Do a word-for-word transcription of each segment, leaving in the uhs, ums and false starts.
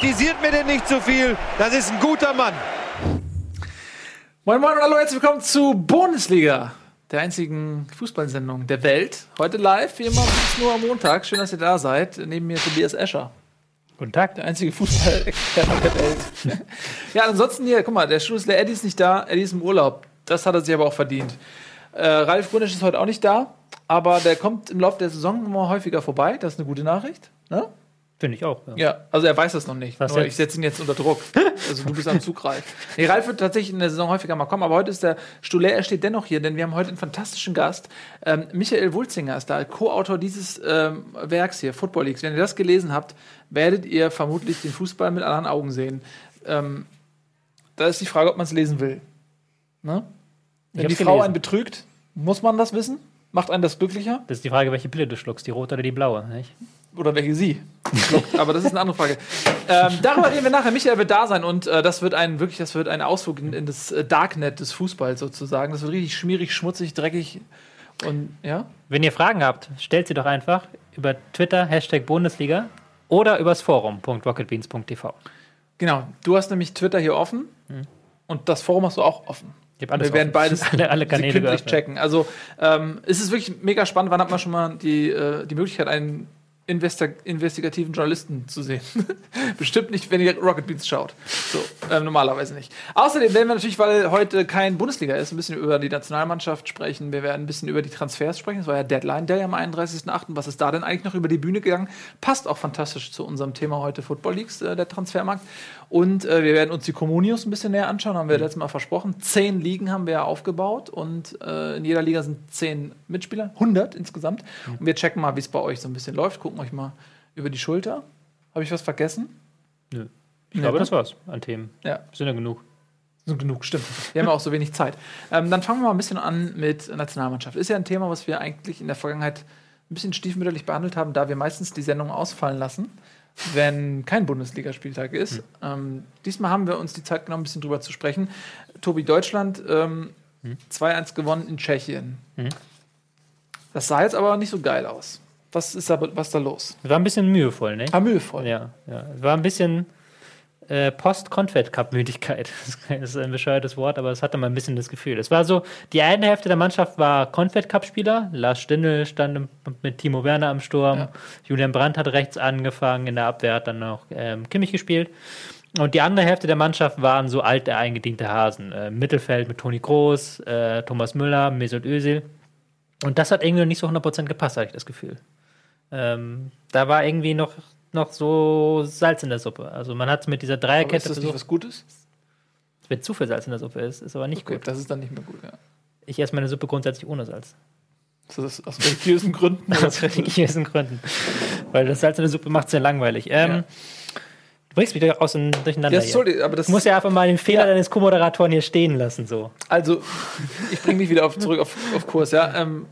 kritisiert mir denn nicht zu viel. Das ist ein guter Mann. Moin Moin und hallo, herzlich willkommen zu Bundesliga, der einzigen Fußballsendung der Welt. Heute live, wie immer, nur am Montag. Schön, dass ihr da seid. Neben mir Tobias Escher. Guten Tag. Der einzige Fußball-Experte der Welt. Ja, ansonsten hier, guck mal, der Schlussler Eddie ist nicht da, Eddie ist im Urlaub. Das hat er sich aber auch verdient. Äh, Ralf Grunisch ist heute auch nicht da, aber der kommt im Laufe der Saison immer häufiger vorbei. Das ist eine gute Nachricht. Ne? Finde ich auch. Ja. Ja, also er weiß das noch nicht. Was Aber jetzt? ich setze ihn jetzt unter Druck. Also du bist am Zug, Ralf. Nee, Ralf wird tatsächlich in der Saison häufiger mal kommen, aber heute ist der Stuller, er steht dennoch hier, denn wir haben heute einen fantastischen Gast. Ähm, Michael Wulzinger ist da, Co-Autor dieses ähm, Werks hier, Football Leagues. Wenn ihr das gelesen habt, werdet ihr vermutlich den Fußball mit anderen Augen sehen. Ähm, da ist die Frage, ob man es lesen will. Ne? Wenn die Frau gelesen. einen betrügt, muss man das wissen? Macht einen das glücklicher? Das ist die Frage, welche Pille du schluckst, die rote oder die blaue, nicht? Oder welche sie schluckt. Aber das ist eine andere Frage. Ähm, darüber reden wir nachher. Michael wird da sein und äh, das wird ein wirklich, das wird ein Ausflug in, in das äh, Darknet des Fußballs sozusagen. Das wird richtig schmierig, schmutzig, dreckig und ja. Wenn ihr Fragen habt, stellt sie doch einfach über Twitter, Hashtag Bundesliga oder übers Forum punkt rocketbeans punkt t v. Genau. Du hast nämlich Twitter hier offen Hm. und das Forum hast du auch offen. Ich hab alles Wir werden offen. beides alle, alle Kanäle sekündlich geöffnet. checken. Also ähm, es ist wirklich mega spannend. Wann hat man schon mal die, äh, die Möglichkeit, einen Investi- investigativen Journalisten zu sehen? Bestimmt nicht, wenn ihr Rocket Beans schaut. So, ähm, normalerweise nicht. Außerdem werden wir natürlich, weil heute kein Bundesliga ist, ein bisschen über die Nationalmannschaft sprechen. Wir werden ein bisschen über die Transfers sprechen. Das war ja Deadline Day am einunddreißigsten achten Was ist da denn eigentlich noch über die Bühne gegangen? Passt auch fantastisch zu unserem Thema heute Football Leagues, äh, der Transfermarkt. Und äh, wir werden uns die Communios ein bisschen näher anschauen, haben wir letztes Mal versprochen. Zehn Ligen haben wir ja aufgebaut und äh, in jeder Liga sind zehn Mitspieler, hundert insgesamt. Und wir checken mal, wie es bei euch so ein bisschen läuft, gucken euch mal über die Schulter. Habe ich was vergessen? Nö. Ich Nee, glaube, ne? das war's an Themen. Ja, Sind ja genug. so genug, stimmt. Wir haben ja auch so wenig Zeit. Ähm, dann fangen wir mal ein bisschen an mit Nationalmannschaft. Ist ja ein Thema, was wir eigentlich in der Vergangenheit ein bisschen stiefmütterlich behandelt haben, da wir meistens die Sendung ausfallen lassen, wenn kein Bundesligaspieltag ist. Mhm. Ähm, diesmal haben wir uns die Zeit genommen, ein bisschen drüber zu sprechen. Tobi, Deutschland ähm, mhm. zwei eins gewonnen in Tschechien. Mhm. Das sah jetzt aber nicht so geil aus. Was ist da, was da los? War ein bisschen mühevoll, ne? Ah, mühevoll. Ja, ja. Es war ein bisschen äh, Post-Confed-Cup-Müdigkeit. Das ist ein bescheuertes Wort, aber es hatte mal ein bisschen das Gefühl. Es war so, die eine Hälfte der Mannschaft war Confed-Cup-Spieler. Lars Stindl stand mit Timo Werner am Sturm. Ja. Julian Brandt hat rechts angefangen. In der Abwehr hat dann noch ähm, Kimmich gespielt. Und die andere Hälfte der Mannschaft waren so alte, eingediente Hasen. Äh, Im Mittelfeld mit Toni Kroos, äh, Thomas Müller, Mesut Özil. Und das hat irgendwie noch nicht so hundert Prozent gepasst, hatte ich das Gefühl. Ähm, da war irgendwie noch, noch so Salz in der Suppe. Also man hat mit dieser Aber Dreierkette ist das nicht versucht, was Gutes? wenn zu viel Salz in der Suppe ist, ist aber nicht Okay, gut. das ist dann nicht mehr gut, ja. Ich esse meine Suppe grundsätzlich ohne Salz. Das ist aus religiösen Gründen. Aus religiösen Gründen. Weil das Salz in der Suppe macht es sehr langweilig. Ähm, Ja. Du bringst mich doch aus dem Durcheinander Ja, hier. sorry, aber das Du musst ja einfach mal den Fehler Ja. deines Co-Moderatoren hier stehen lassen. So. Also, ich bringe dich wieder auf, zurück auf, auf Kurs, ja. Ähm,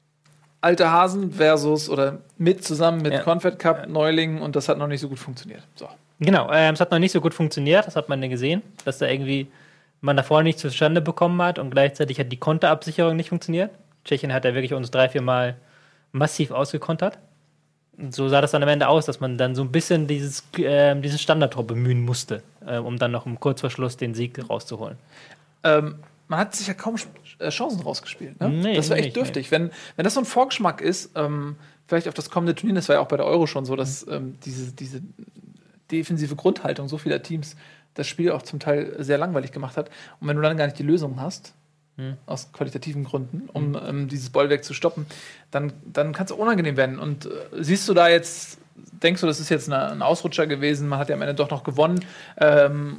alte Hasen versus oder mit zusammen mit Ja. Confed Cup Neulingen und das hat noch nicht so gut funktioniert. So. Genau, ähm, es hat noch nicht so gut funktioniert, das hat man ja gesehen, dass da irgendwie man da vorne nicht zustande bekommen hat und gleichzeitig hat die Konterabsicherung nicht funktioniert. Tschechien hat ja wirklich uns drei, vier Mal massiv ausgekontert. Und so sah das dann am Ende aus, dass man dann so ein bisschen dieses, äh, diesen Standardtor bemühen musste, äh, um dann noch im Kurzverschluss den Sieg rauszuholen. Ähm, man hat sich ja kaum äh, Chancen rausgespielt. Ne? Nee, das war echt nicht, dürftig. Wenn, wenn das so ein Vorgeschmack ist, ähm, vielleicht auf das kommende Turnier, das war ja auch bei der Euro schon so, dass ähm, diese, diese defensive Grundhaltung so vieler Teams das Spiel auch zum Teil sehr langweilig gemacht hat. Und wenn du dann gar nicht die Lösung hast, hm. aus qualitativen Gründen, um hm. ähm, dieses Bollwerk zu stoppen, dann, dann kann es unangenehm werden. Und äh, siehst du da jetzt, denkst du, das ist jetzt eine, ein Ausrutscher gewesen, man hat ja am Ende doch noch gewonnen, ähm,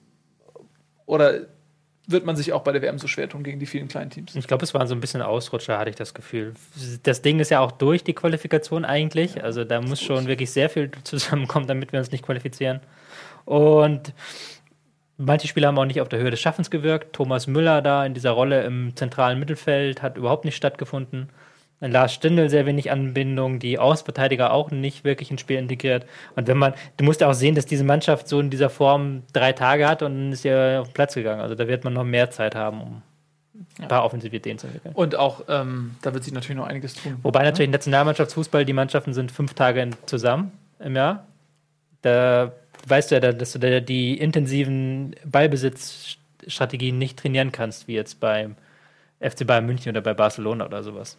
oder wird man sich auch bei der W M so schwer tun gegen die vielen kleinen Teams? Ich glaube, es war so ein bisschen Ausrutscher, hatte ich das Gefühl. Das Ding ist ja auch durch die Qualifikation eigentlich. Ja, also da muss gut. schon wirklich sehr viel zusammenkommen, damit wir uns nicht qualifizieren. Und manche Spieler haben auch nicht auf der Höhe des Schaffens gewirkt. Thomas Müller da in dieser Rolle im zentralen Mittelfeld hat überhaupt nicht stattgefunden. Lars Stindl sehr wenig Anbindung, die Außenverteidiger auch nicht wirklich ins Spiel integriert. Und wenn man, du musst ja auch sehen, dass diese Mannschaft so in dieser Form drei Tage hat und dann ist ja auf den Platz gegangen. Also da wird man noch mehr Zeit haben, um ein paar offensive Ideen zu entwickeln. Und auch, ähm, da wird sich natürlich noch einiges tun. Wobei natürlich Nationalmannschaftsfußball, die Mannschaften sind fünf Tage in, zusammen im Jahr. Da weißt du ja, dass du da die intensiven Ballbesitzstrategien nicht trainieren kannst, wie jetzt beim F C Bayern München oder bei Barcelona oder sowas.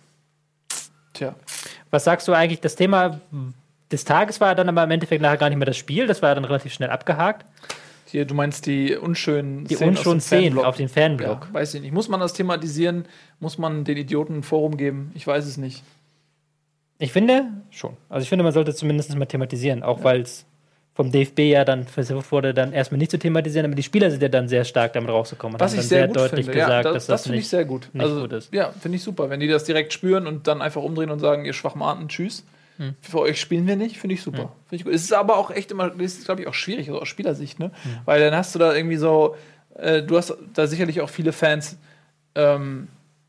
Tja. Was sagst du eigentlich? Das Thema des Tages war dann aber im Endeffekt nachher gar nicht mehr das Spiel. Das war ja dann relativ schnell abgehakt. Hier, du meinst die unschönen Die unschönen Szenen auf den Fanblock. Ja, weiß ich nicht. Muss man das thematisieren? Muss man den Idioten ein Forum geben? Ich weiß es nicht. Ich finde schon. Also ich finde, man sollte es zumindest mal thematisieren, auch ja. weil es vom D F B ja dann versucht wurde, dann erstmal nicht zu thematisieren, aber die Spieler sind ja dann sehr stark damit rausgekommen. Was und ich haben sehr, sehr gut deutlich finde. gesagt, ja, das, dass das, das finde ich sehr gut. Nicht also, gut ist. Ja, finde ich super. Wenn die das direkt spüren und dann einfach umdrehen und sagen, ihr Schwachmaten, tschüss. Hm. Für euch spielen wir nicht, finde ich super. Hm. Find ich gut. Es ist aber auch echt immer, das ist, glaube ich, auch schwierig, also aus Spielersicht, ne? Hm. Weil dann hast du da irgendwie so, äh, du hast da sicherlich auch viele Fans, ähm,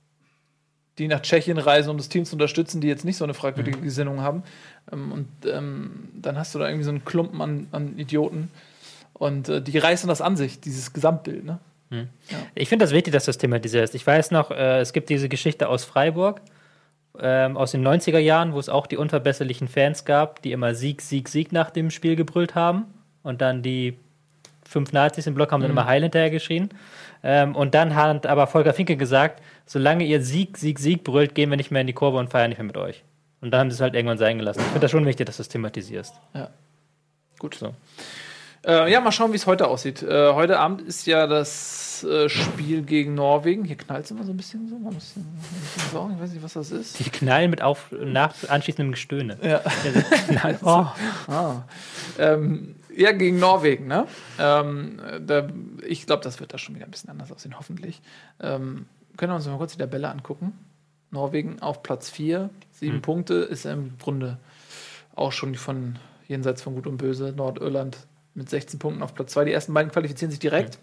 die nach Tschechien reisen, um das Team zu unterstützen, die jetzt nicht so eine fragwürdige mhm. Gesinnung haben. Ähm, und ähm, dann hast du da irgendwie so einen Klumpen an, an Idioten. Und äh, die reißen das an sich, dieses Gesamtbild. Ne? Mhm. Ja. Ich finde das wichtig, dass das thematisiert ist. Ich weiß noch, äh, es gibt diese Geschichte aus Freiburg, ähm, aus den neunziger Jahren, wo es auch die unverbesserlichen Fans gab, die immer Sieg, Sieg, Sieg nach dem Spiel gebrüllt haben. Und dann die fünf Nazis im Block haben mhm. dann immer Heil hinterher geschrien. Ähm, und dann hat aber Volker Finke gesagt, solange ihr Sieg, Sieg, Sieg brüllt, gehen wir nicht mehr in die Kurve und feiern nicht mehr mit euch. Und dann haben sie es halt irgendwann sein gelassen. Ich finde das schon wichtig, dass du es thematisierst. Ja. Gut. So. Äh, ja, mal schauen, wie es heute aussieht. Äh, heute Abend ist ja das äh, Spiel gegen Norwegen. Hier knallt es immer so ein bisschen so. Man muss ein bisschen sorgen. Ich weiß nicht, was das ist. Die knallen mit auf, nach anschließendem Gestöhne. Ja. Knall. Oh. Ah. Ähm, ja, gegen Norwegen, ne? Ähm, da, ich glaube, das wird da schon wieder ein bisschen anders aussehen, hoffentlich. Ähm, können wir uns mal kurz die Tabelle angucken. Norwegen auf Platz vier, sieben hm. Punkte, ist im Grunde auch schon von jenseits von Gut und Böse. Nordirland mit sechzehn Punkten auf Platz zwei. Die ersten beiden qualifizieren sich direkt. Hm.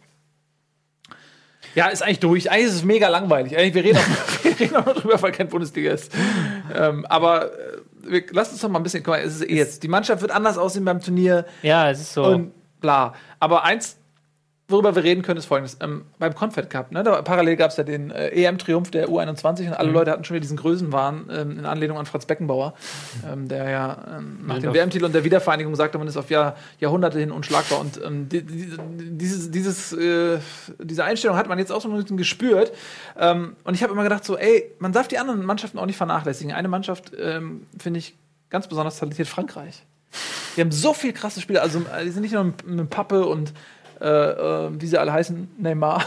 Ja, ist eigentlich durch. Eigentlich ist es mega langweilig. Eigentlich, wir reden auch, wir reden auch noch drüber, weil kein Bundesliga ist. ähm, aber wir, lasst uns doch mal ein bisschen, guck mal, es ist eh jetzt. Die Mannschaft wird anders aussehen beim Turnier. Ja, es ist so. Und bla. Aber eins, worüber wir reden können, ist folgendes. Ähm, beim Confed Cup, ne, da, parallel gab es ja den äh, E M-Triumph der U einundzwanzig und alle mhm. Leute hatten schon wieder diesen Größenwahn ähm, in Anlehnung an Franz Beckenbauer, ähm, der ja ähm, nach dem W M-Titel und der Wiedervereinigung sagte, man ist auf Jahr, Jahrhunderte hin unschlagbar. Und ähm, die, die, dieses, dieses, äh, diese Einstellung hat man jetzt auch so ein bisschen gespürt. Ähm, und ich habe immer gedacht, so, ey, man darf die anderen Mannschaften auch nicht vernachlässigen. Eine Mannschaft, ähm, finde ich, ganz besonders talentiert, Frankreich. Die haben so viel krasse Spieler, also die sind nicht nur eine Pappe und Äh, äh, wie sie alle heißen, Neymar.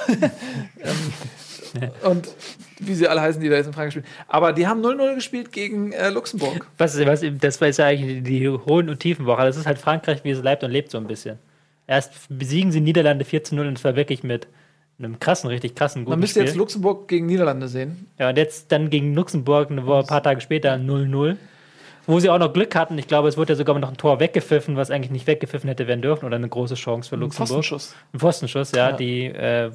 ähm, und wie sie alle heißen, die da jetzt in Frankreich spielen. Aber die haben null null gespielt gegen äh, Luxemburg. Was, was, das war ja eigentlich die hohen und tiefen Woche. Das ist halt Frankreich, wie es leibt und lebt so ein bisschen. Erst besiegen sie Niederlande vier zu null und es war wirklich mit einem krassen, richtig krassen, guten Man müsste Spiel. jetzt Luxemburg gegen Niederlande sehen. Ja, und jetzt dann gegen Luxemburg eine Woche, ein paar Tage später null null. Wo sie auch noch Glück hatten. Ich glaube, es wurde ja sogar noch ein Tor weggepfiffen, was eigentlich nicht weggepfiffen hätte werden dürfen. Oder eine große Chance für Luxemburg. Ein Pfostenschuss. Ein Pfostenschuss, ja. ja. Die, äh,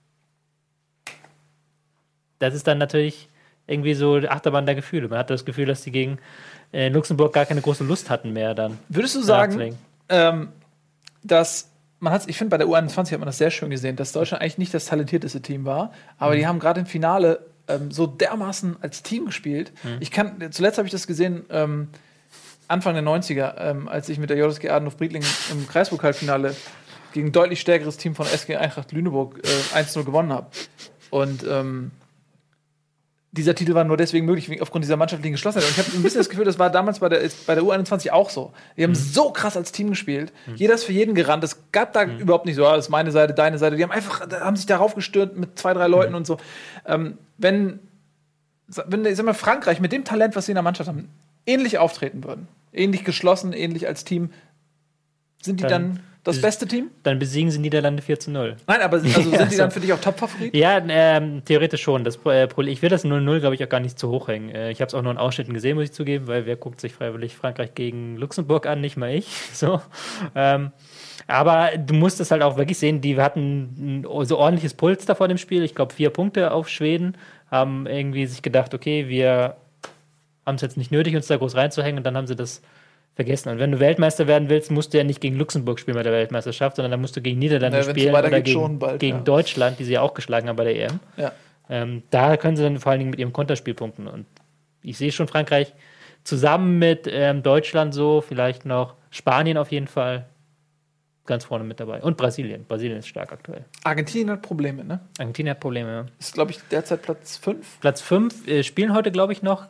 das ist dann natürlich irgendwie so die Achterbahn der Gefühle. Man hatte das Gefühl, dass die gegen äh, Luxemburg gar keine große Lust hatten mehr dann. Würdest du sagen, ähm, dass man hat, ich finde, bei der U einundzwanzig hat man das sehr schön gesehen, dass Deutschland eigentlich nicht das talentierteste Team war, aber mhm. die haben gerade im Finale ähm, so dermaßen als Team gespielt. Mhm. Ich kann, zuletzt habe ich das gesehen, ähm, Anfang der neunziger, ähm, als ich mit der J S G Adendorf-Briedling im Kreispokalfinale gegen ein deutlich stärkeres Team von S G Eintracht Lüneburg äh, eins zu null gewonnen habe. Und ähm, dieser Titel war nur deswegen möglich, aufgrund dieser mannschaftlichen Geschlossenheit. Und ich habe ein bisschen das Gefühl, das war damals bei der, bei der U einundzwanzig auch so. Die haben mhm. so krass als Team gespielt. Mhm. Jeder ist für jeden gerannt. Es gab da mhm. überhaupt nicht so, ah, das ist meine Seite, deine Seite. Die haben einfach, haben sich darauf gestürmt mit zwei, drei Leuten mhm. und so. Ähm, wenn, wenn, ich sag mal, Frankreich mit dem Talent, was sie in der Mannschaft haben, ähnlich auftreten würden, ähnlich geschlossen, ähnlich als Team, sind die dann, dann das beste Team? Dann besiegen sie Niederlande vier zu null. Nein, aber also sind ja, die dann für dich auch Top-Favorit? Ja, ähm, theoretisch schon. Das, äh, ich will das null null, glaube ich, auch gar nicht zu hoch hängen. Äh, ich habe es auch nur in Ausschnitten gesehen, muss ich zugeben, weil wer guckt sich freiwillig Frankreich gegen Luxemburg an? Nicht mal ich. So. Ähm, aber du musst es halt auch wirklich sehen, die hatten ein so ordentliches Puls da vor dem Spiel. Ich glaube, vier Punkte auf Schweden. Haben irgendwie sich gedacht, okay, wir haben es jetzt nicht nötig, uns da groß reinzuhängen, und dann haben sie das vergessen. Und wenn du Weltmeister werden willst, musst du ja nicht gegen Luxemburg spielen bei der Weltmeisterschaft, sondern dann musst du gegen Niederlande ja, spielen oder gegen, bald, gegen ja. Deutschland, die sie ja auch geschlagen haben bei der E M. Ja. Ähm, da können sie dann vor allen Dingen mit ihrem Konterspiel punkten. Und ich sehe schon Frankreich zusammen mit ähm, Deutschland so, vielleicht noch Spanien auf jeden Fall, ganz vorne mit dabei. Und Brasilien. Brasilien ist stark aktuell. Argentinien hat Probleme, ne? Argentinien hat Probleme, ja. Ist, glaube ich, derzeit Platz fünf. Platz fünf äh, spielen heute, glaube ich, noch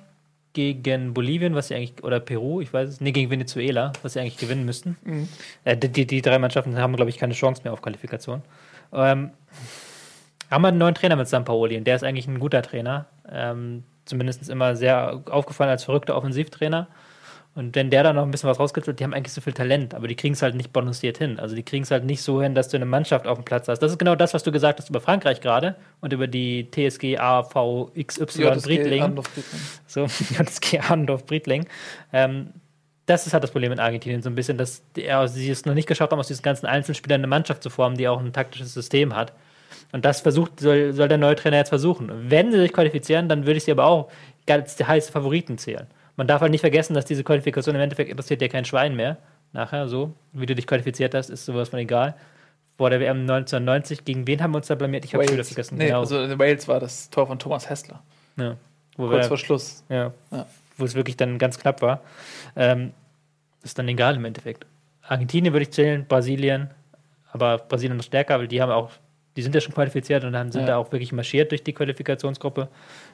gegen Bolivien, was sie eigentlich, oder Peru, ich weiß es, nee, gegen Venezuela, was sie eigentlich gewinnen müssten. Mhm. Äh, die, die, die drei Mannschaften haben, glaube ich, keine Chance mehr auf Qualifikation. Ähm, haben wir einen neuen Trainer mit Sampaoli und der ist eigentlich ein guter Trainer. Ähm, zumindest immer sehr aufgefallen als verrückter Offensivtrainer. Und wenn der da noch ein bisschen was rauskitzelt, die haben eigentlich so viel Talent, aber die kriegen es halt nicht balanciert hin. Also die kriegen es halt nicht so hin, dass du eine Mannschaft auf dem Platz hast. Das ist genau das, was du gesagt hast über Frankreich gerade und über die T S G A V X Y Briedling. So, J S G Arndorf Briedling. Ähm, das ist halt das Problem in Argentinien so ein bisschen, dass die, äh, sie es noch nicht geschafft haben, aus diesen ganzen Einzelspielern eine Mannschaft zu formen, die auch ein taktisches System hat. Und das versucht, soll, soll der neue Trainer jetzt versuchen. Wenn sie sich qualifizieren, dann würde ich sie aber auch als die heiße Favoriten zählen. Man darf halt nicht vergessen, dass diese Qualifikation im Endeffekt interessiert ja kein Schwein mehr. Nachher, so, wie du dich qualifiziert hast, ist sowas von egal. Vor der W M neunzehnhundertneunzig, gegen wen haben wir uns da blamiert? Ich habe schon wieder vergessen. Nee, genau. Also in Wales war das Tor von Thomas Hässler. Ja. Wo Kurz wir, vor Schluss. Ja, ja. Wo es wirklich dann ganz knapp war. Ähm, ist dann egal im Endeffekt. Argentinien würde ich zählen, Brasilien, aber Brasilien noch stärker, weil die haben auch, die sind ja schon qualifiziert und dann sind ja. da auch wirklich marschiert durch die Qualifikationsgruppe.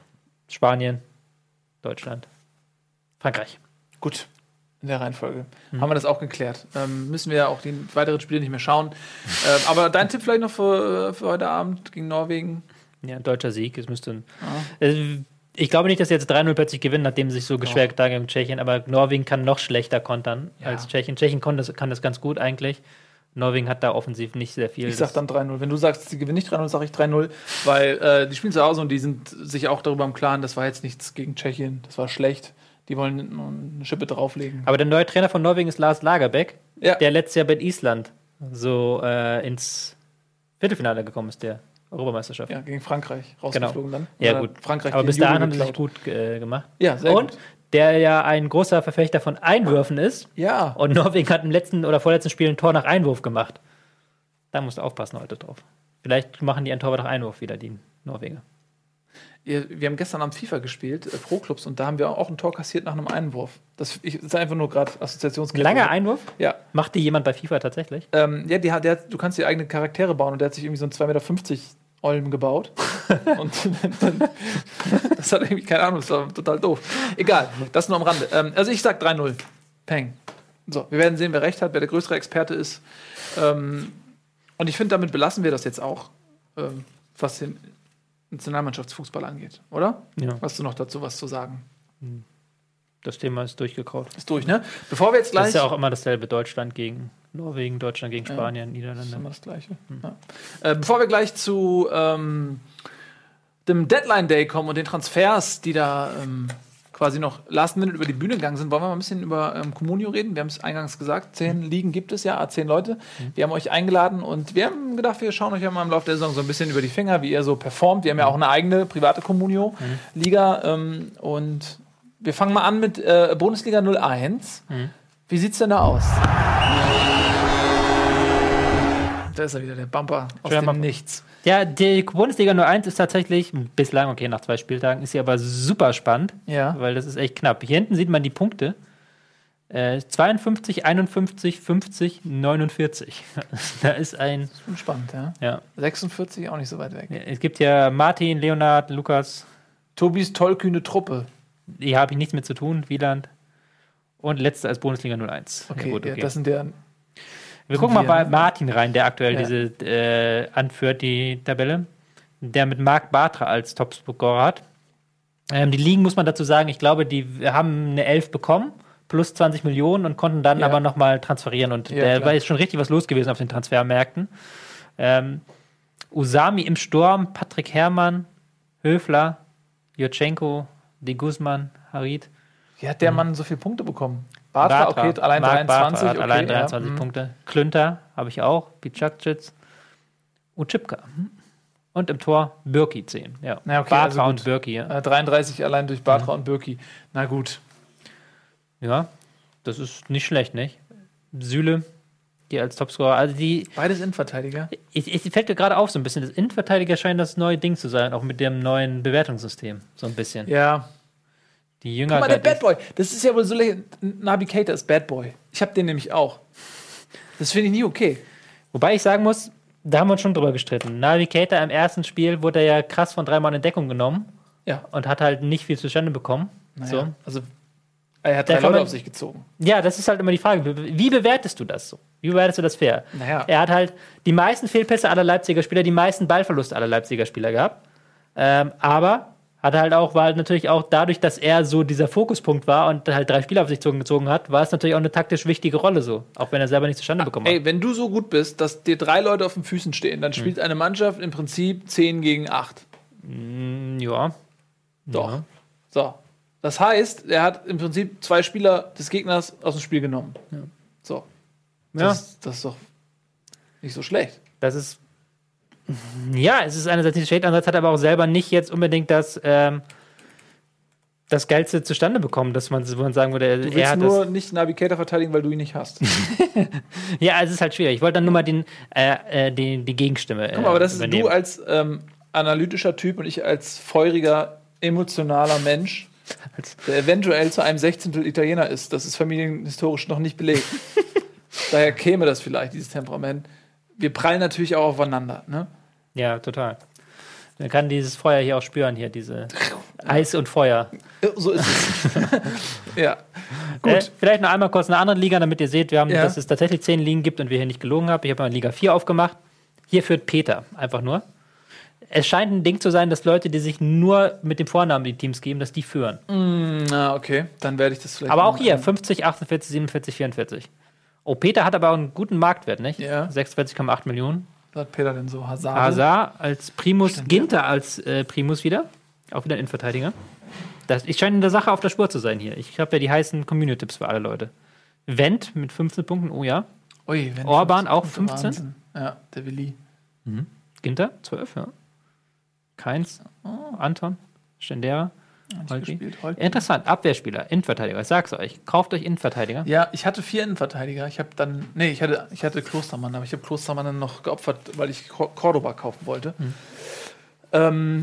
Spanien, Deutschland. Frankreich. Gut, in der Reihenfolge. Mhm. Haben wir das auch geklärt. Ähm, müssen wir ja auch die weiteren Spiele nicht mehr schauen. ähm, aber dein Tipp vielleicht noch für, für heute Abend gegen Norwegen? Ja, ein deutscher Sieg. Es müsste. Ah. Äh, ich glaube nicht, dass sie jetzt drei null plötzlich gewinnen, nachdem sie sich so geschwächt haben gegen Tschechien. Aber Norwegen kann noch schlechter kontern ja. als Tschechien. Tschechien kann das, kann das ganz gut eigentlich. Norwegen hat da offensiv nicht sehr viel. Ich sag dann drei null. Wenn du sagst, sie gewinnen nicht drei null, sage ich drei null. Weil äh, die spielen zu Hause und die sind sich auch darüber im Klaren, das war jetzt nichts gegen Tschechien. Das war schlecht. Die wollen eine Schippe drauflegen. Aber der neue Trainer von Norwegen ist Lars Lagerbäck, ja. der letztes Jahr bei Island so äh, ins Viertelfinale gekommen ist, der Europameisterschaft. Ja, gegen Frankreich rausgeflogen genau. dann. Ja, Oder gut. Frankreich aber bis dahin haben sie sich gut äh, gemacht. Ja, sehr Und gut. der ja ein großer Verfechter von Einwürfen ist. Ja. Und Norwegen hat im letzten oder vorletzten Spiel ein Tor nach Einwurf gemacht. Da musst du aufpassen heute drauf. Vielleicht machen die ein Tor nach Einwurf wieder, die Norweger. Wir haben gestern Abend FIFA gespielt, äh, Pro-Clubs, und da haben wir auch ein Tor kassiert nach einem Einwurf. Das ist einfach nur gerade Assoziationskette. Langer Einwurf? Ja. Macht die jemand bei FIFA tatsächlich? Ähm, ja, die hat, der, du kannst dir eigene Charaktere bauen und der hat sich irgendwie so einen zwei Meter fünfzig Olm gebaut. Und das hat irgendwie, keine Ahnung, das war total doof. Egal, das nur am Rande. Ähm, also ich sag drei null. Peng. So, wir werden sehen, wer recht hat, wer der größere Experte ist. Ähm, und ich finde, damit belassen wir das jetzt auch, ähm, was den Nationalmannschaftsfußball angeht, oder? Ja. Hast du noch dazu was zu sagen? Das Thema ist durchgekaut. Ist durch, ne? Bevor wir jetzt gleich. Das ist ja auch immer dasselbe: Deutschland gegen Norwegen, Deutschland gegen Spanien, ja. Niederlande. Das ist immer das Gleiche. Hm. Ja. Äh, bevor wir gleich zu ähm, dem Deadline Day kommen und den Transfers, die da ähm, quasi noch last minute über die Bühne gegangen sind, wollen wir mal ein bisschen über ähm, Comunio reden. Wir haben es eingangs gesagt, zehn mhm. Ligen gibt es ja, zehn Leute. Mhm. Wir haben euch eingeladen und wir haben gedacht, wir schauen euch ja mal im Laufe der Saison so ein bisschen über die Finger, wie ihr so performt. Wir haben ja auch eine eigene private Comunio-Liga. Ähm, und wir fangen mal an mit äh, Bundesliga null eins. Mhm. Wie sieht's denn da aus? Da ist er wieder, der Bumper aus Schön, dem Bumper. Nichts. Ja, die Bundesliga null eins ist tatsächlich, bislang, okay, nach zwei Spieltagen, ist sie aber super spannend, ja. weil das ist echt knapp. Hier hinten sieht man die Punkte. Äh, zweiundfünfzig, einundfünfzig, fünfzig, neunundvierzig. Da ist ein... Das ist schon spannend, ja. ja. sechsundvierzig, auch nicht so weit weg. Ja, es gibt ja Martin, Leonhard, Lukas. Tobis tollkühne Truppe. Die habe ich nichts mit zu tun, Wieland. Und letzter als Bundesliga null eins. Okay, ja, gut, okay. Ja, das sind der... Wir gucken mal bei Martin rein, der aktuell ja. diese äh, anführt, die Tabelle. Der mit Marc Bartra als Topscorer hat. Ähm, die Ligen, muss man dazu sagen, ich glaube, die haben eine elf bekommen, plus zwanzig Millionen und konnten dann ja. aber nochmal transferieren. Und ja, da war jetzt schon richtig was los gewesen auf den Transfermärkten. Ähm, Usami im Sturm, Patrick Herrmann, Höfler, Jurchenko, De Guzman, Harit. Wie hat der mhm. Mann so viele Punkte bekommen? Bartra, Bartra, okay, allein Marc dreiundzwanzig. Bartra hat okay, allein dreiundzwanzig ja. Punkte. Klünter habe ich auch, Bicakcic und Chipka. Und im Tor Bürki zehn. Ja. Na, okay, Bartra also und Bürki. Ja. Äh, dreiunddreißig allein durch Bartra mhm. und Bürki. Na gut. Ja, das ist nicht schlecht, nicht? Süle, die als Topscorer, also die... Beides Innenverteidiger. Ich, ich fällt mir gerade auf so ein bisschen, das Innenverteidiger scheint das neue Ding zu sein, auch mit dem neuen Bewertungssystem, so ein bisschen. Ja. Die Jünger. Guck mal, der Bad Boy. Das ist ja wohl so lächerlich. Nabi Keita ist Bad Boy. Ich hab den nämlich auch. Das finde ich nie okay. Wobei ich sagen muss, da haben wir uns schon drüber gestritten. Navigator im ersten Spiel wurde ja krass von drei Mann in Deckung genommen. Ja. Und hat halt nicht viel zustande bekommen. Naja, So. also er hat drei Da kann Leute man- auf sich gezogen. Ja, das ist halt immer die Frage. Wie bewertest du das so? Wie bewertest du das fair? Naja. Er hat halt die meisten Fehlpässe aller Leipziger Spieler, die meisten Ballverluste aller Leipziger Spieler gehabt. Ähm, aber hat halt auch, war halt natürlich auch dadurch, dass er so dieser Fokuspunkt war und halt drei Spieler auf sich gezogen hat, war es natürlich auch eine taktisch wichtige Rolle so. Auch wenn er selber nicht zustande bekommen hat. Ey, wenn du so gut bist, dass dir drei Leute auf den Füßen stehen, dann spielt eine Mannschaft im Prinzip zehn gegen acht. Ja. Doch. Ja. So. Das heißt, er hat im Prinzip zwei Spieler des Gegners aus dem Spiel genommen. So. Ja. Das, das ist doch nicht so schlecht. Das ist. Ja, es ist einerseits nicht schlecht, andererseits hat er aber auch selber nicht jetzt unbedingt das, ähm, das Geilste zustande bekommen, dass man, wo man sagen würde, Du er willst hat nur das. nicht Navigator verteidigen, weil du ihn nicht hast. Ja, es ist halt schwierig. Ich wollte dann nur mal den, äh, äh, die, die Gegenstimme. Äh, Guck mal, aber das ist übernehmen. du als ähm, analytischer Typ und ich als feuriger, emotionaler Mensch, der eventuell zu einem Sechzehntel Italiener ist. Das ist familienhistorisch noch nicht belegt. Daher käme das vielleicht, dieses Temperament. Wir prallen natürlich auch aufeinander. Ne? Ja, total. Man kann dieses Feuer hier auch spüren, hier, diese Eis und Feuer. So ist es. Ja, Gut. gut. Äh, vielleicht noch einmal kurz eine andere Liga, damit ihr seht, wir haben, Ja. dass es tatsächlich zehn Ligen gibt und wir hier nicht gelogen haben. Ich habe mal Liga vier aufgemacht. Hier führt Peter, einfach nur. Es scheint ein Ding zu sein, dass Leute, die sich nur mit dem Vornamen die Teams geben, dass die führen. Na, okay. Dann werde ich das vielleicht. Aber auch mal- hier, fünfzig, achtundvierzig, siebenundvierzig, vierundvierzig. Oh, Peter hat aber auch einen guten Marktwert, nicht? Ja. sechsundvierzig Komma acht Millionen. Was hat Peter denn so? Hazard? Hazard als Primus, Ginter als äh, Primus wieder. Auch wieder ein Innenverteidiger. Das, ich scheine in der Sache auf der Spur zu sein hier. Ich habe ja die heißen Community-Tipps für alle Leute. Wendt mit fünfzehn Punkten, oh ja. Ui, wenn Orban auch fünfzehn. fünfzehn. Wahnsinn. Ja, der Willi. Ginter, zwölf, ja. Keins, Anton, Stendera. Nicht Holgi. gespielt. Holgi. Interessant, Abwehrspieler, Innenverteidiger. Ich sag's euch, kauft euch Innenverteidiger. Ja, ich hatte vier Innenverteidiger. Ich habe dann, nee, ich hatte, ich hatte Klostermann, aber ich habe Klostermann dann noch geopfert, weil ich Cor- Cordoba kaufen wollte. Ähm,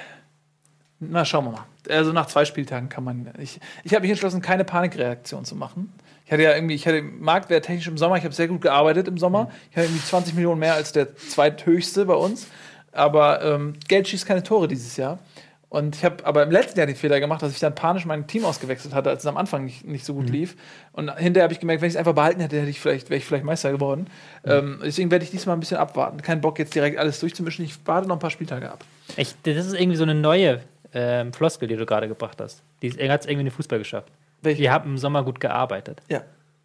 na, schauen wir mal. Also nach zwei Spieltagen kann man. Ich, ich habe mich entschlossen, keine Panikreaktion zu machen. Ich hatte ja irgendwie, ich hatte Marktwert technisch im Sommer, ich habe sehr gut gearbeitet im Sommer. Ich hatte irgendwie zwanzig Millionen mehr als der zweithöchste bei uns. Aber ähm, Geld schießt keine Tore dieses Jahr. Und ich habe aber im letzten Jahr den Fehler gemacht, dass ich dann panisch mein Team ausgewechselt hatte, als es am Anfang nicht, nicht so gut lief. Und hinterher habe ich gemerkt, wenn ich es einfach behalten hätte, hätte ich vielleicht, wäre ich vielleicht Meister geworden. Ähm, deswegen werde ich diesmal ein bisschen abwarten. Kein Bock, jetzt direkt alles durchzumischen. Ich warte noch ein paar Spieltage ab. Ich, das ist irgendwie so eine neue ähm, Floskel, die du gerade gebracht hast. Die hat es irgendwie in den Fußball geschafft. Welche? Wir haben im Sommer gut gearbeitet. Ja.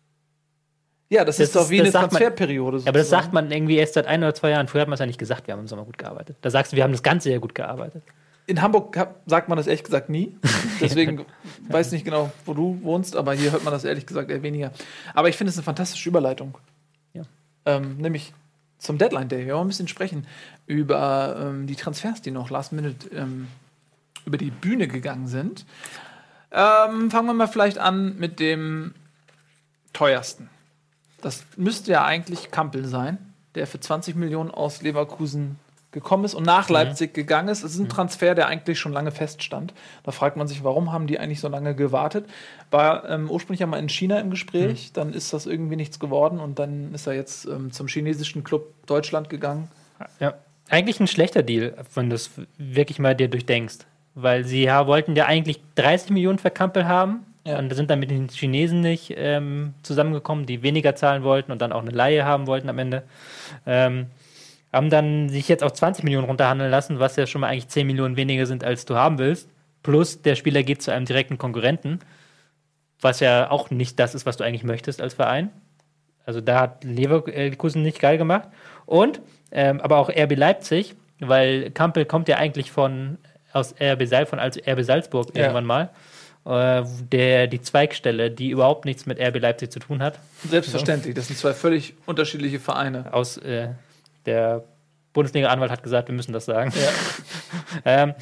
Ja, das, Das ist doch ist- wie das eine sagt man- Transferperiode. Ja, aber das sozusagen. sagt man irgendwie erst seit ein oder zwei Jahren. Früher hat man es ja nicht gesagt, wir haben im Sommer gut gearbeitet. Da sagst du, wir haben das ganze Jahr gut gearbeitet. In Hamburg hab, sagt man das ehrlich gesagt nie. Deswegen weiß nicht genau, wo du wohnst, aber hier hört man das ehrlich gesagt eher weniger. Aber ich finde es eine fantastische Überleitung. Ja. Ähm, nämlich zum Deadline Day. Wir wollen ein bisschen sprechen über ähm, die Transfers, die noch last minute ähm, über die Bühne gegangen sind. Ähm, fangen wir mal vielleicht an mit dem teuersten. Das müsste ja eigentlich Kampel sein, der für zwanzig Millionen aus Leverkusen gekommen ist und nach Leipzig gegangen ist. Es ist ein Transfer, der eigentlich schon lange feststand. Da fragt man sich, warum haben die eigentlich so lange gewartet? War ähm, ursprünglich einmal in China im Gespräch, mhm. dann ist das irgendwie nichts geworden und dann ist er jetzt ähm, zum chinesischen Club Deutschland gegangen. Ja. Eigentlich ein schlechter Deal, wenn du es wirklich mal dir durchdenkst. Weil sie ja, wollten ja eigentlich dreißig Millionen für Kampel haben Ja. und sind dann mit den Chinesen nicht ähm, zusammengekommen, die weniger zahlen wollten und dann auch eine Leihe haben wollten am Ende. Ähm, haben dann sich jetzt auf zwanzig Millionen runterhandeln lassen, was ja schon mal eigentlich zehn Millionen weniger sind, als du haben willst. Plus der Spieler geht zu einem direkten Konkurrenten, was ja auch nicht das ist, was du eigentlich möchtest als Verein. Also da hat Leverkusen nicht geil gemacht. Und, ähm, aber auch R B Leipzig, weil Kampel kommt ja eigentlich von aus R B Salzburg, von also R B Salzburg Ja. irgendwann mal. Äh, der, die Zweigstelle, die überhaupt nichts mit R B Leipzig zu tun hat. Selbstverständlich, das sind zwei völlig unterschiedliche Vereine. Aus äh, der Bundesliga-Anwalt hat gesagt, wir müssen das sagen. Ja. ähm,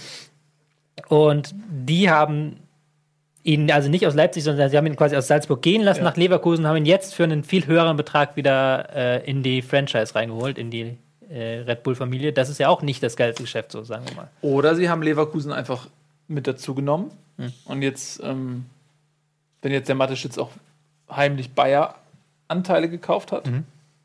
und die haben ihn also nicht aus Leipzig, sondern sie haben ihn quasi aus Salzburg gehen lassen Ja. nach Leverkusen, haben ihn jetzt für einen viel höheren Betrag wieder äh, in die Franchise reingeholt, in die äh, Red Bull-Familie. Das ist ja auch nicht das geilste Geschäft, so sagen wir mal. Oder sie haben Leverkusen einfach mit dazu genommen. Und jetzt, ähm, wenn jetzt der Mateschitz auch heimlich Bayer Anteile gekauft hat, Mhm.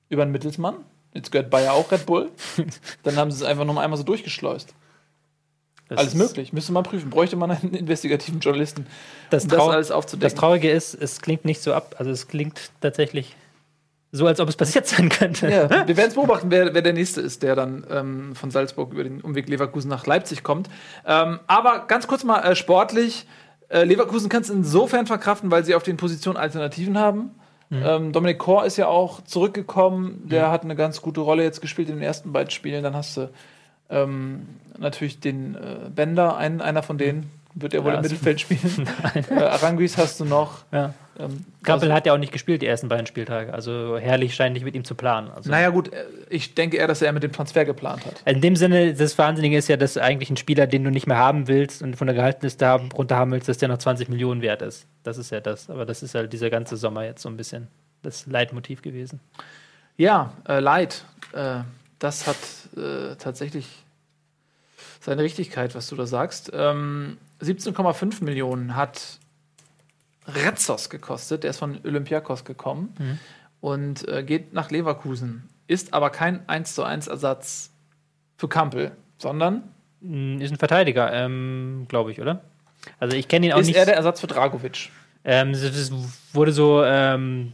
über einen Mittelsmann. Jetzt gehört Bayer auch Red Bull. Dann haben sie es einfach noch einmal so durchgeschleust. Das alles möglich. Müsste man prüfen. Bräuchte man einen investigativen Journalisten, das um das alles aufzudecken. Das Traurige ist, es klingt nicht so ab. Also es klingt tatsächlich so, als ob es passiert sein könnte. Ja, wir werden es beobachten, wer, wer der Nächste ist, der dann ähm, von Salzburg über den Umweg Leverkusen nach Leipzig kommt. Ähm, aber ganz kurz mal äh, sportlich. Äh, Leverkusen kann es insofern verkraften, weil sie auf den Positionen Alternativen haben. Mhm. Ähm, Dominik Kor ist ja auch zurückgekommen. Der mhm. hat eine ganz gute Rolle jetzt gespielt in den ersten beiden Spielen. Dann hast du ähm, natürlich den äh, Bender, ein, einer von denen wird ja wohl ja, im Mittelfeld spielen. äh, Aranguiz hast du noch. Ja. Ähm, Kappel also, hat ja auch nicht gespielt die ersten beiden Spieltage. Also Herrlich scheint nicht mit ihm zu planen. Also, naja gut, ich denke eher, dass er mit dem Transfer geplant hat. In dem Sinne, das Wahnsinnige ist ja, dass eigentlich ein Spieler, den du nicht mehr haben willst und von der Gehaltsliste haben, runter haben willst, dass der noch zwanzig Millionen wert ist. Das ist ja das. Aber das ist halt dieser ganze Sommer jetzt so ein bisschen das Leitmotiv gewesen. Ja, äh, Leid. Äh, das hat äh, tatsächlich seine Richtigkeit, was du da sagst. Ähm, siebzehn Komma fünf Millionen hat Retzos gekostet. Der ist von Olympiakos gekommen mhm. und äh, geht nach Leverkusen. Ist aber kein eins zu eins Ersatz für Kampel, sondern ist ein Verteidiger, ähm, glaube ich, oder? Also ich kenne ihn auch ist nicht. Ist er der Ersatz für Dragovic? Ähm, das wurde so ähm,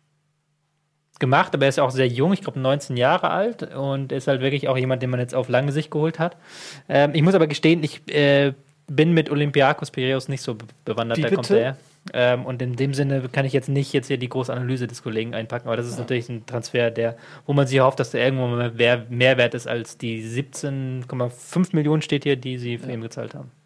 gemacht, aber er ist auch sehr jung, ich glaube neunzehn Jahre alt und ist halt wirklich auch jemand, den man jetzt auf lange Sicht geholt hat. Ähm, ich muss aber gestehen, ich äh, bin mit Olympiakos Piraeus nicht so be- bewandert, Wie da bitte? kommt er. Ähm, und in dem Sinne kann ich jetzt nicht jetzt hier die große Analyse des Kollegen einpacken, aber das ist ja. natürlich ein Transfer, der, wo man sich hofft, dass der irgendwo mal mehr, mehr wert ist als die siebzehn Komma fünf Millionen steht hier, die sie für ja. ihn gezahlt haben.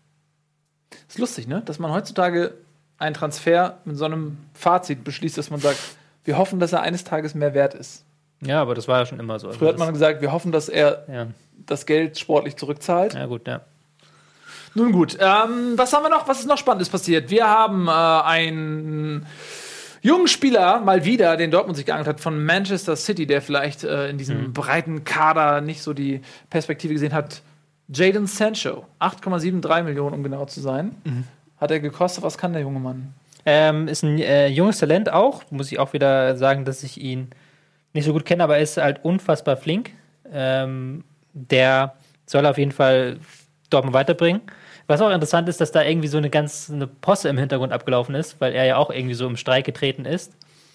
Ist lustig, ne? Dass man heutzutage einen Transfer mit so einem Fazit beschließt, dass man sagt, wir hoffen, dass er eines Tages mehr wert ist. Ja, aber das war ja schon immer so. Früher also hat man gesagt, wir hoffen, dass er ja. das Geld sportlich zurückzahlt. Ja, gut, ja. Nun gut, ähm, was haben wir noch? Was ist noch Spannendes passiert? Wir haben äh, einen jungen Spieler, mal wieder, den Dortmund sich geangelt hat, von Manchester City, der vielleicht äh, in diesem mhm. breiten Kader nicht so die Perspektive gesehen hat. Jadon Sancho, acht Komma drei sieben Millionen, um genau zu sein. Mhm. Hat er gekostet. Was kann der junge Mann? Ähm, ist ein äh, junges Talent auch. Muss ich auch wieder sagen, dass ich ihn nicht so gut kenne, aber er ist halt unfassbar flink. Ähm, der soll auf jeden Fall Dortmund weiterbringen. Was auch interessant ist, dass da irgendwie so eine ganz eine Posse im Hintergrund abgelaufen ist, weil er ja auch irgendwie so im Streik getreten ist.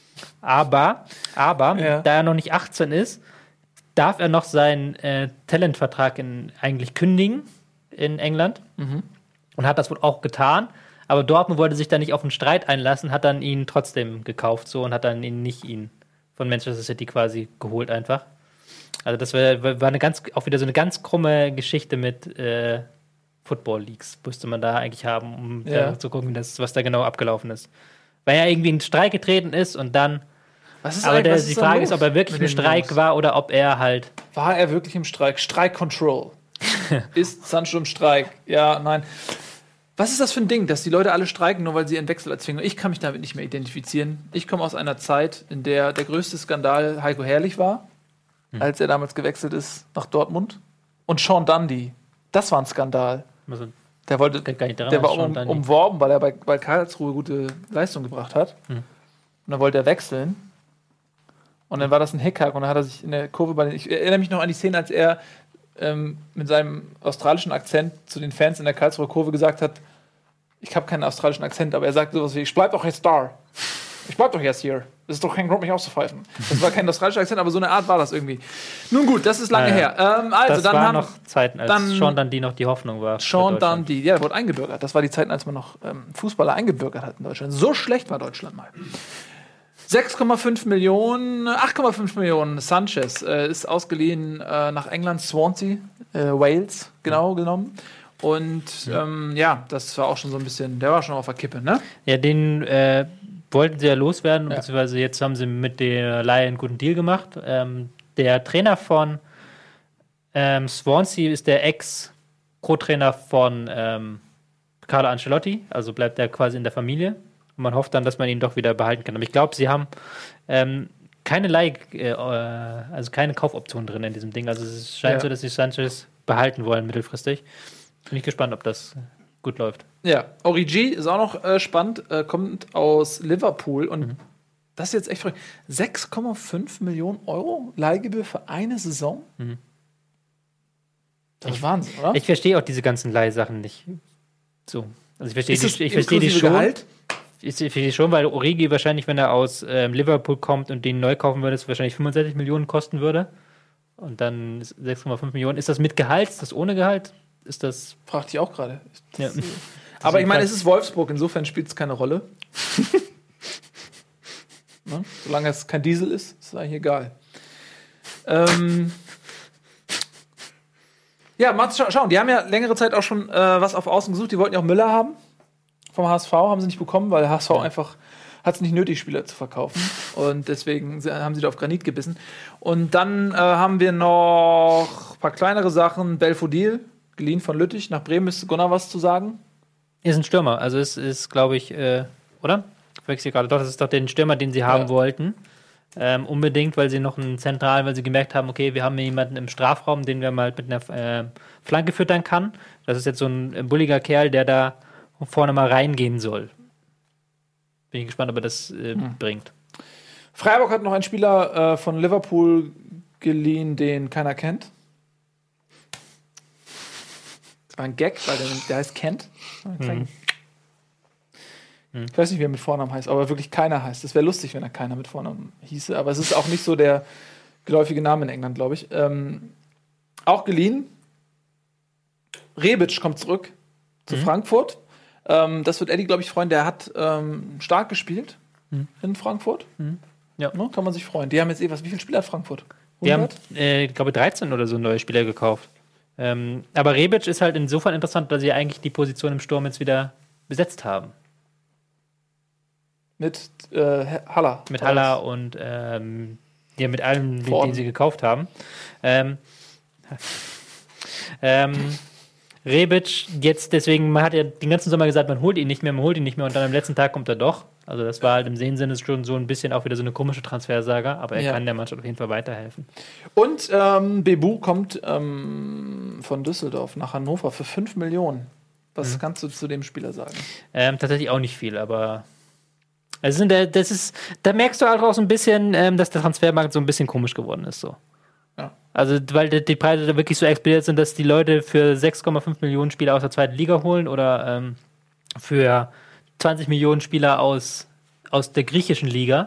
Aber, aber ja. da er noch nicht achtzehn ist, darf er noch seinen äh, Talentvertrag in, eigentlich kündigen in England. Mhm. Und hat das wohl auch getan. Aber Dortmund wollte sich da nicht auf einen Streit einlassen, hat dann ihn trotzdem gekauft so und hat dann ihn nicht ihn von Manchester City quasi geholt einfach. Also das war, war eine ganz, auch wieder so eine ganz krumme Geschichte mit äh, Football Leagues, müsste man da eigentlich haben, um ja. da zu gucken, dass, was da genau abgelaufen ist. Weil er irgendwie in einen Streik getreten ist und dann. Was ist aber der, was die ist Frage ist, ob er wirklich im Streik los? war oder ob er halt. War er wirklich im Streik? Streik Control. Ist Sancho im Streik? Ja, nein. Was ist das für ein Ding, dass die Leute alle streiken, nur weil sie einen Wechsel erzwingen? Ich kann mich damit nicht mehr identifizieren. Ich komme aus einer Zeit, in der der größte Skandal Heiko Herrlich war, hm. als er damals gewechselt ist nach Dortmund. Und Sean Dundee, das war ein Skandal. Also, der wollte, gar nicht daran, der war um, umworben, weil er bei, bei Karlsruhe gute Leistung gebracht hat. Hm. Und dann wollte er wechseln. Und dann war das ein Hickhack und dann hat er sich in der Kurve bei den. Ich erinnere mich noch an die Szene, als er ähm, mit seinem australischen Akzent zu den Fans in der Karlsruher Kurve gesagt hat: Ich habe keinen australischen Akzent, aber er sagte sowas wie: Ich bleib doch jetzt da. Ich bleib doch jetzt hier. Das ist doch kein Grund, mich auszupfeifen. Das war kein australischer Akzent, aber so eine Art war das irgendwie. Nun gut, das ist lange ja, her. Ähm, also, das dann war haben noch Zeiten, als dann Sean Dundee noch die Hoffnung war. Sean Dundee, ja, der wurde eingebürgert. Das war die Zeit, als man noch ähm, Fußballer eingebürgert hat in Deutschland. So schlecht war Deutschland mal. sechs Komma fünf Millionen, acht Komma fünf Millionen Sanchez äh, ist ausgeliehen äh, nach England, Swansea, äh, Wales, genau genommen. Und ja. Ähm, ja, das war auch schon so ein bisschen, der war schon auf der Kippe, ne? Ja, den äh, wollten sie ja loswerden, ja. beziehungsweise jetzt haben sie mit der Leihe einen guten Deal gemacht. Ähm, der Trainer von ähm, Swansea ist der Ex-Co-Trainer von ähm, Carlo Ancelotti, also bleibt er quasi in der Familie. Und man hofft dann, dass man ihn doch wieder behalten kann. Aber ich glaube, sie haben ähm, keine Leih, äh, also keine Kaufoption drin in diesem Ding. Also es scheint ja. so, dass sie Sanchez behalten wollen mittelfristig. Bin ich gespannt, ob das gut läuft. Ja, Origi ist auch noch äh, spannend, äh, kommt aus Liverpool und mhm. Das ist jetzt echt verrückt. sechs Komma fünf Millionen Euro Leihgebühr für eine Saison? Mhm. Das ist Wahnsinn, oder? Ich verstehe auch diese ganzen Leihsachen nicht. So. Also ich verstehe Ist es die, ich verstehe die inklusive schon. Gehalt? Ich verstehe schon, weil Origi wahrscheinlich, wenn er aus ähm, Liverpool kommt und den neu kaufen würde, es wahrscheinlich fünfundsechzig Millionen kosten würde. Und dann ist sechs Komma fünf Millionen. Ist das mit Gehalt? Ist das ohne Gehalt? Ist das. Fragte ich auch gerade. Ja. Aber ich meine, es ist Wolfsburg, insofern spielt es keine Rolle. Ne? Solange es kein Diesel ist, ist es eigentlich egal. Ähm ja, mal scha schauen. Die haben ja längere Zeit auch schon äh, was auf Außen gesucht. Die wollten ja auch Müller haben. Vom H S V haben sie nicht bekommen, weil H S V ja. einfach hat es nicht nötig, Spieler zu verkaufen. Und deswegen haben sie da auf Granit gebissen. Und dann äh, haben wir noch ein paar kleinere Sachen. Belfodil, geliehen von Lüttich nach Bremen. Ist Gunnar was zu sagen? Ist ein Stürmer. Also es ist, glaube ich, äh, oder? Ich wechsle gerade. Doch, das ist doch der Stürmer, den sie haben ja. wollten. Ähm, unbedingt, weil sie noch einen zentralen, weil sie gemerkt haben, okay, wir haben hier jemanden im Strafraum, den wir mal mit einer äh, Flanke füttern kann. Das ist jetzt so ein bulliger Kerl, der da vorne mal reingehen soll. Bin ich gespannt, ob er das äh, hm. bringt. Freiburg hat noch einen Spieler äh, von Liverpool geliehen, den keiner kennt. Das war ein Gag, weil der, der heißt Kent. Hm. Ich weiß nicht, wie er mit Vornamen heißt, aber wirklich keiner heißt. Es wäre lustig, wenn er keiner mit Vornamen hieße, aber es ist auch nicht so der geläufige Name in England, glaube ich. Ähm, auch geliehen. Rebic kommt zurück zu mhm. Frankfurt. Ähm, das wird Eddie, glaube ich, freuen. Der hat ähm, stark gespielt mhm. in Frankfurt. Mhm. Ja. Ne, kann man sich freuen. Die haben jetzt eh was. Wie viele Spieler hat Frankfurt? hundert? Die haben, äh, ich glaube, dreizehn oder so neue Spieler gekauft. Ähm, aber Rebic ist halt insofern interessant, dass sie eigentlich die Position im Sturm jetzt wieder besetzt haben. Mit äh, Haller. Mit Haller und ähm, ja, mit allen, den, den sie gekauft haben. Ähm, ähm, Rebic, jetzt deswegen, man hat ja den ganzen Sommer gesagt, man holt ihn nicht mehr, man holt ihn nicht mehr und dann am letzten Tag kommt er doch. Also das war halt im Sehensinne schon so ein bisschen auch wieder so eine komische Transfersaga, aber er ja. kann der Mannschaft auf jeden Fall weiterhelfen. Und ähm, Bebu kommt ähm, von Düsseldorf nach Hannover für fünf Millionen. Was mhm. kannst du zu dem Spieler sagen? Ähm, tatsächlich auch nicht viel, aber also das ist, da merkst du halt auch so ein bisschen, ähm, dass der Transfermarkt so ein bisschen komisch geworden ist. So. Ja. Also, weil die, die Preise da wirklich so explodiert sind, dass die Leute für sechs Komma fünf Millionen Spieler aus der zweiten Liga holen oder ähm, für zwanzig Millionen Spieler aus, aus der griechischen Liga,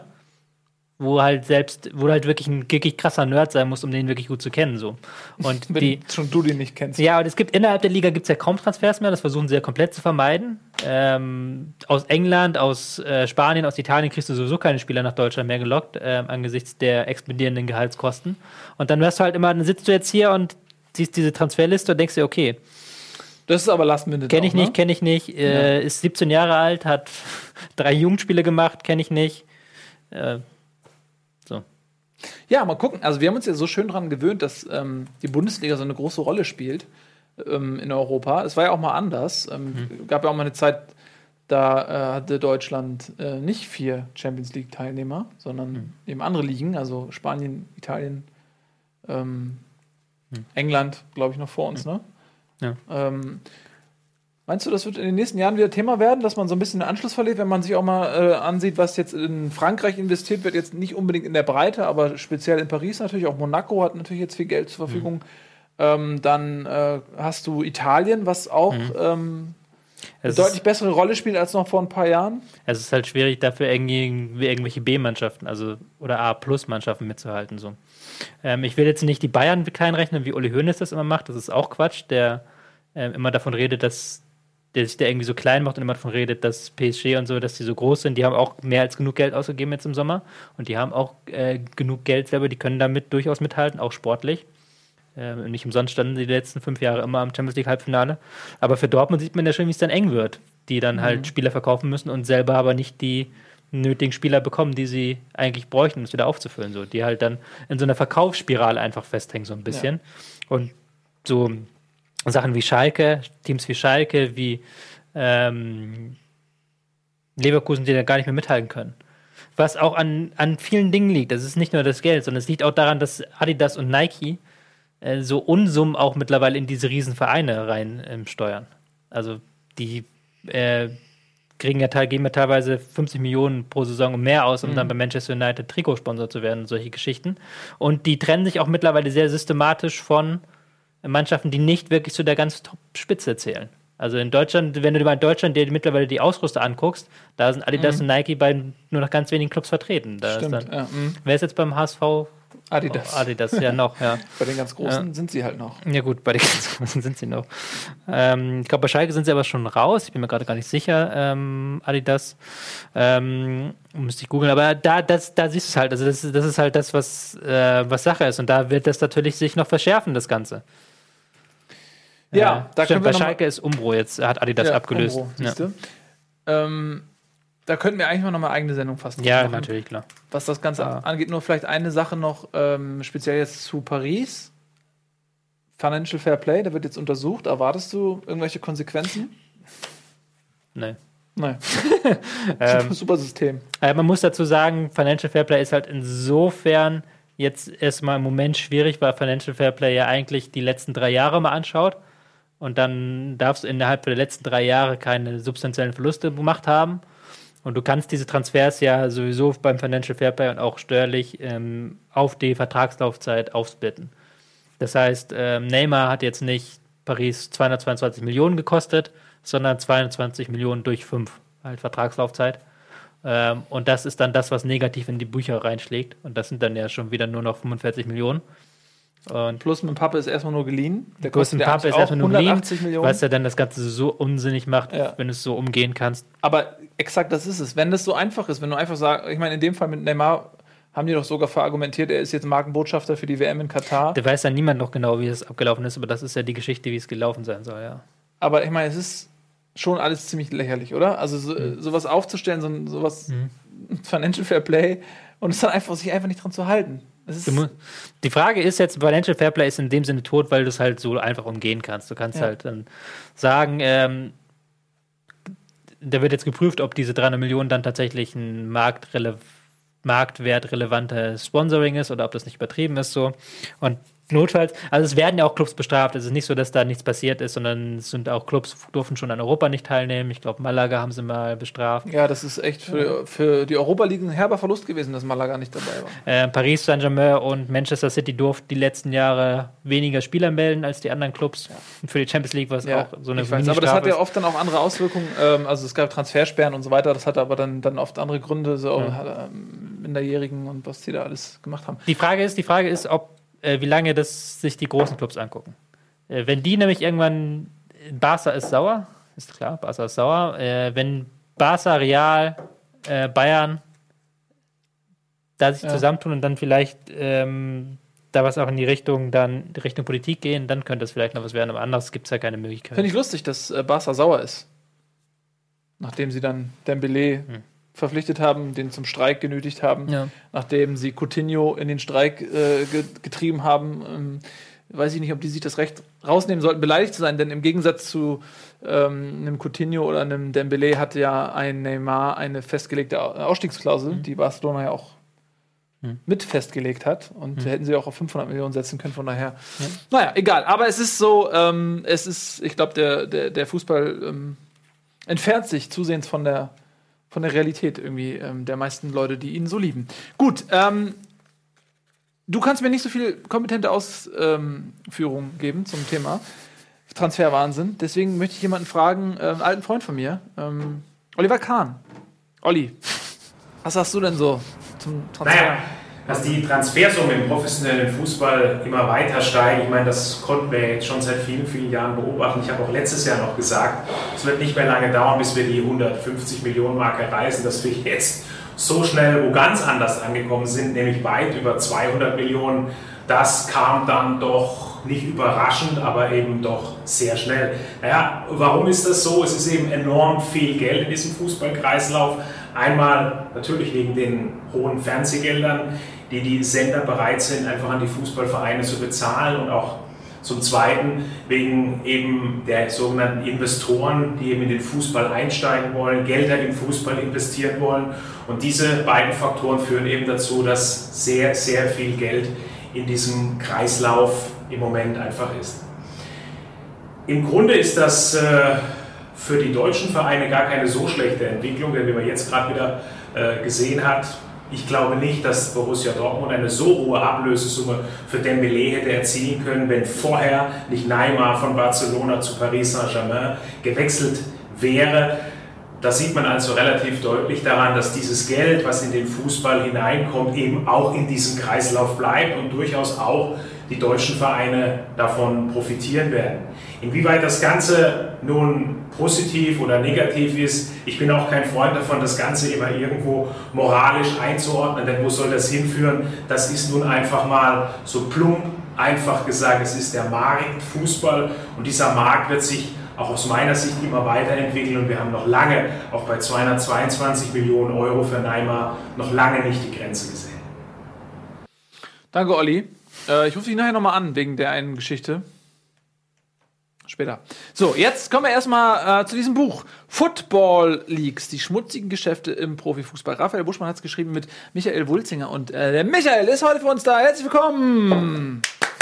wo halt selbst, wo du halt wirklich ein wirklich krasser Nerd sein musst, um den wirklich gut zu kennen. So. Und wenn die, schon du den nicht kennst. Ja, und es gibt innerhalb der Liga gibt's ja kaum Transfers mehr, das versuchen sie ja komplett zu vermeiden. Ähm, aus England, aus äh, Spanien, aus Italien kriegst du sowieso keine Spieler nach Deutschland mehr gelockt, äh, angesichts der explodierenden Gehaltskosten. Und dann wärst du halt immer, dann sitzt du jetzt hier und siehst diese Transferliste und denkst dir, okay, das ist aber Last Minute. Kenn ich auch, nicht, ne? kenn ich nicht. Äh, ja. Ist siebzehn Jahre alt, hat drei Jugendspiele gemacht, kenn ich nicht. Äh, so. Ja, mal gucken. Also wir haben uns ja so schön daran gewöhnt, dass ähm, die Bundesliga so eine große Rolle spielt ähm, in Europa. Es war ja auch mal anders. Ähm, mhm. Gab ja auch mal eine Zeit, da äh, hatte Deutschland äh, nicht vier Champions League-Teilnehmer, sondern mhm. eben andere Ligen, also Spanien, Italien, ähm, mhm. England, glaube ich, noch vor uns, mhm. ne? Ja. Ähm, meinst du, das wird in den nächsten Jahren wieder Thema werden, dass man so ein bisschen den Anschluss verliert, wenn man sich auch mal äh, ansieht, was jetzt in Frankreich investiert wird, jetzt nicht unbedingt in der Breite, aber speziell in Paris natürlich, auch Monaco hat natürlich jetzt viel Geld zur Verfügung. Mhm. Ähm, dann äh, hast du Italien, was auch mhm. ähm, eine deutlich bessere Rolle spielt als noch vor ein paar Jahren. Es ist halt schwierig, dafür irgendwie irgendwelche B-Mannschaften, also oder A-Plus-Mannschaften mitzuhalten. So. Ähm, ich will jetzt nicht die Bayern kleinrechnen, wie Uli Hoeneß das immer macht. Das ist auch Quatsch, der ähm, immer davon redet, dass der sich der irgendwie so klein macht und immer davon redet, dass P S G und so, dass die so groß sind. Die haben auch mehr als genug Geld ausgegeben jetzt im Sommer und die haben auch äh, genug Geld selber, die können damit durchaus mithalten, auch sportlich. Ähm, nicht umsonst standen sie die letzten fünf Jahre immer am Champions League Halbfinale. Aber für Dortmund sieht man ja schon, wie es dann eng wird, die dann mhm. halt Spieler verkaufen müssen und selber aber nicht die nötigen Spieler bekommen, die sie eigentlich bräuchten, um es wieder aufzufüllen. So. Die halt dann in so einer Verkaufsspirale einfach festhängen, so ein bisschen. Ja. Und so Sachen wie Schalke, Teams wie Schalke, wie ähm, Leverkusen, die da gar nicht mehr mithalten können. Was auch an, an vielen Dingen liegt. Das ist nicht nur das Geld, sondern es liegt auch daran, dass Adidas und Nike äh, so Unsummen auch mittlerweile in diese Riesenvereine rein ähm, steuern. Also die äh, kriegen ja, geben ja teilweise fünfzig Millionen pro Saison und mehr aus, um mhm. dann bei Manchester United Trikotsponsor zu werden und solche Geschichten. Und die trennen sich auch mittlerweile sehr systematisch von Mannschaften, die nicht wirklich zu der ganz Top-Spitze zählen. Also in Deutschland, wenn du mal in Deutschland dir mittlerweile die Ausrüster anguckst, da sind Adidas mhm. und Nike bei nur noch ganz wenigen Clubs vertreten. Da Stimmt, ist dann, ja. mhm. Wer ist jetzt beim H S V? Adidas. Oh, Adidas, ja noch, ja. Bei den ganz Großen ja. sind sie halt noch. Ja gut, bei den ganz Großen sind sie noch. Ähm, ich glaube, bei Schalke sind sie aber schon raus. Ich bin mir gerade gar nicht sicher, ähm, Adidas. Ähm, müsste ich googeln, aber da, das, da siehst du es halt. Also das, das ist halt das, was, äh, was Sache ist. Und da wird das natürlich sich noch verschärfen, das Ganze. Ja, äh, da stimmt, können wir bei noch Schalke ist Umbro jetzt, hat Adidas ja, abgelöst. Umbro, ja. siehst du? Ähm, Da könnten wir eigentlich mal noch mal eine eigene Sendung fast Ja, machen, natürlich, klar. was das Ganze Ja. angeht. Nur vielleicht eine Sache noch, ähm, speziell jetzt zu Paris. Financial Fair Play, da wird jetzt untersucht. Erwartest du irgendwelche Konsequenzen? Nee. Nein. Ähm, super, super System. Äh, man muss dazu sagen, Financial Fair Play ist halt insofern jetzt erstmal im Moment schwierig, weil Financial Fair Play ja eigentlich die letzten drei Jahre mal anschaut. Und dann darfst du innerhalb der letzten drei Jahre keine substanziellen Verluste gemacht haben. Und du kannst diese Transfers ja sowieso beim Financial Fair Play und auch steuerlich ähm, auf die Vertragslaufzeit aufsplitten. Das heißt, ähm, Neymar hat jetzt nicht Paris zweihundertzweiundzwanzig Millionen gekostet, sondern zweihundertzwanzig Millionen durch fünf halt Vertragslaufzeit. Ähm, und das ist dann das, was negativ in die Bücher reinschlägt. Und das sind dann ja schon wieder nur noch fünfundvierzig Millionen. Und Plus mit Pappe ist erstmal nur geliehen. Der kostet Pappe ist erstmal nur geliehen, Millionen. was ja dann das Ganze so unsinnig macht, ja. wenn du es so umgehen kannst. Aber exakt das ist es. Wenn das so einfach ist, wenn du einfach sagst, ich meine, in dem Fall mit Neymar haben die doch sogar verargumentiert, er ist jetzt Markenbotschafter für die W M in Katar. Da weiß ja niemand noch genau, wie es abgelaufen ist, aber das ist ja die Geschichte, wie es gelaufen sein soll, ja. Aber ich meine, es ist schon alles ziemlich lächerlich, oder? Also so, mhm. sowas aufzustellen, so, sowas mhm. Financial Fair Play und es dann einfach sich einfach nicht dran zu halten. Die Frage ist jetzt, Financial Fair Play ist in dem Sinne tot, weil du es halt so einfach umgehen kannst. Du kannst ja. halt dann sagen, ähm, da wird jetzt geprüft, ob diese dreihundert Millionen dann tatsächlich ein marktrele- marktwertrelevantes Sponsoring ist oder ob das nicht übertrieben ist so. Und notfalls, also es werden ja auch Clubs bestraft. Es ist nicht so, dass da nichts passiert ist, sondern es sind auch Clubs, durften schon an Europa nicht teilnehmen. Ich glaube, Malaga haben sie mal bestraft. Ja, das ist echt für, für die Europa League ein herber Verlust gewesen, dass Malaga nicht dabei war. Äh, Paris Saint-Germain und Manchester City durften die letzten Jahre weniger Spieler melden als die anderen Clubs. Ja. Und für die Champions League war es ja, auch so eine weiß, aber das hat ja oft dann auch andere Auswirkungen. Ähm, also es gab Transfersperren und so weiter. Das hatte aber dann, dann oft andere Gründe, so ja. Minderjährigen und was die da alles gemacht haben. Die Frage ist, die Frage ist, ob wie lange das sich die großen Clubs angucken. Wenn die nämlich irgendwann, Barca ist sauer, ist klar, Barca ist sauer, wenn Barca, Real, Bayern da sich ja. zusammentun und dann vielleicht ähm, da was auch in die Richtung, dann die Richtung Politik gehen, dann könnte es vielleicht noch was werden, aber anders gibt es ja keine Möglichkeit. Finde ich lustig, dass äh, Barca sauer ist. Nachdem sie dann Dembélé hm. verpflichtet haben, den zum Streik genötigt haben, ja. nachdem sie Coutinho in den Streik äh, getrieben haben. Ähm, weiß ich nicht, ob die sich das Recht rausnehmen sollten, beleidigt zu sein, denn im Gegensatz zu ähm, einem Coutinho oder einem Dembélé hatte ja ein Neymar eine festgelegte Ausstiegsklausel, mhm. die Barcelona ja auch mhm. mit festgelegt hat und mhm. hätten sie auch auf fünfhundert Millionen setzen können, von daher. Ja. Naja, egal, aber es ist so, ähm, es ist, ich glaube, der, der, der Fußball ähm, entfernt sich zusehends von der von der Realität irgendwie ähm, der meisten Leute, die ihn so lieben. Gut, ähm, du kannst mir nicht so viel kompetente Ausführungen ähm, geben zum Thema Transferwahnsinn. Deswegen möchte ich jemanden fragen, äh, einen alten Freund von mir, ähm, Oliver Kahn. Olli, was sagst du denn so zum Transfer? Naja, dass die Transfersumme im professionellen Fußball immer weiter steigen. Ich meine, das konnten wir jetzt schon seit vielen, vielen Jahren beobachten. Ich habe auch letztes Jahr noch gesagt, es wird nicht mehr lange dauern, bis wir die hundertfünfzig Millionen Mark erreichen, dass wir jetzt so schnell wo ganz anders angekommen sind, nämlich weit über zweihundert Millionen. Das kam dann doch nicht überraschend, aber eben doch sehr schnell. Naja, warum ist das so? Es ist eben enorm viel Geld in diesem Fußballkreislauf. Einmal natürlich wegen den hohen Fernsehgeldern, die die Sender bereit sind, einfach an die Fußballvereine zu bezahlen, und auch zum Zweiten wegen eben der sogenannten Investoren, die eben in den Fußball einsteigen wollen, Gelder in Fußball investieren wollen. Und diese beiden Faktoren führen eben dazu, dass sehr, sehr viel Geld in diesem Kreislauf im Moment einfach ist. Im Grunde ist das äh, für die deutschen Vereine gar keine so schlechte Entwicklung, denn wie man jetzt gerade wieder äh, gesehen hat, ich glaube nicht, dass Borussia Dortmund eine so hohe Ablösesumme für Dembélé hätte erzielen können, wenn vorher nicht Neymar von Barcelona zu Paris Saint-Germain gewechselt wäre. Das sieht man also relativ deutlich daran, dass dieses Geld, was in den Fußball hineinkommt, eben auch in diesem Kreislauf bleibt und durchaus auch die deutschen Vereine davon profitieren werden. Inwieweit das Ganze nun positiv oder negativ ist, ich bin auch kein Freund davon, das Ganze immer irgendwo moralisch einzuordnen, denn wo soll das hinführen? Das ist nun einfach mal so plump einfach gesagt, es ist der Markt Fußball und dieser Markt wird sich auch aus meiner Sicht immer weiterentwickeln und wir haben noch lange, auch bei zweihundertzweiundzwanzig Millionen Euro für Neymar, noch lange nicht die Grenze gesehen. Danke, Olli. Äh, ich rufe dich nachher nochmal an, wegen der einen Geschichte. Später. So, jetzt kommen wir erstmal äh, zu diesem Buch. Football Leaks, die schmutzigen Geschäfte im Profifußball. Raphael Buschmann hat es geschrieben mit Michael Wulzinger und äh, der Michael ist heute für uns da. Herzlich willkommen!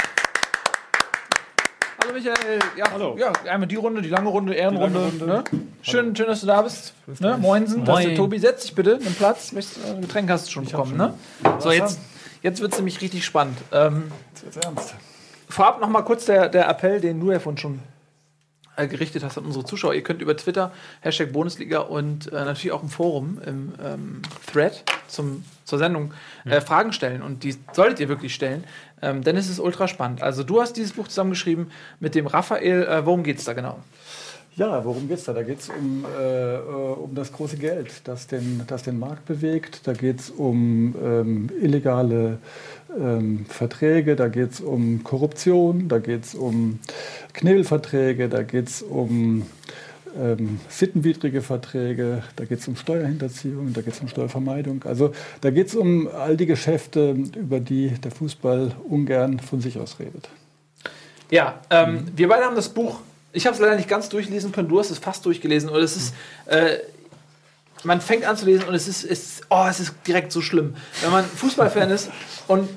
Hallo Michael. Ja, Hallo. Ja, einmal die Runde, die lange Runde, Ehrenrunde. Die lange Runde. Ne? Schön, schön, dass du da bist. Ne? Moinsen. Das ist der Moin. Tobi. Setz dich bitte, nimm Platz. Möchtest, äh, ein Getränk hast du schon bekommen, ne? So, jetzt, jetzt wird es nämlich richtig spannend. Ähm, Jetzt wird's ernst. Vorab noch mal kurz der, der Appell, den du ja vorhin schon äh, gerichtet hast an unsere Zuschauer. Ihr könnt über Twitter, Hashtag Bundesliga und äh, natürlich auch im Forum, im ähm, Thread zum, zur Sendung äh, Fragen stellen. Und die solltet ihr wirklich stellen, ähm, denn es ist ultra spannend. Also du hast dieses Buch zusammengeschrieben mit dem Raphael. Äh, worum geht es da genau? Ja, worum geht es da? Da geht es um, äh, um das große Geld, das den, das den Markt bewegt. Da geht es um ähm, illegale ähm, Verträge, da geht es um Korruption, da geht es um Knebelverträge, da geht es um ähm, sittenwidrige Verträge, da geht es um Steuerhinterziehung, da geht es um Steuervermeidung. Also da geht es um all die Geschäfte, über die der Fußball ungern von sich aus redet. Ja, ähm, mhm. wir beide haben das Buch. Ich habe es leider nicht ganz durchlesen können, du hast es fast durchgelesen. Und es ist, äh, man fängt an zu lesen und es ist, es, oh, es ist direkt so schlimm. Wenn man Fußballfan ist und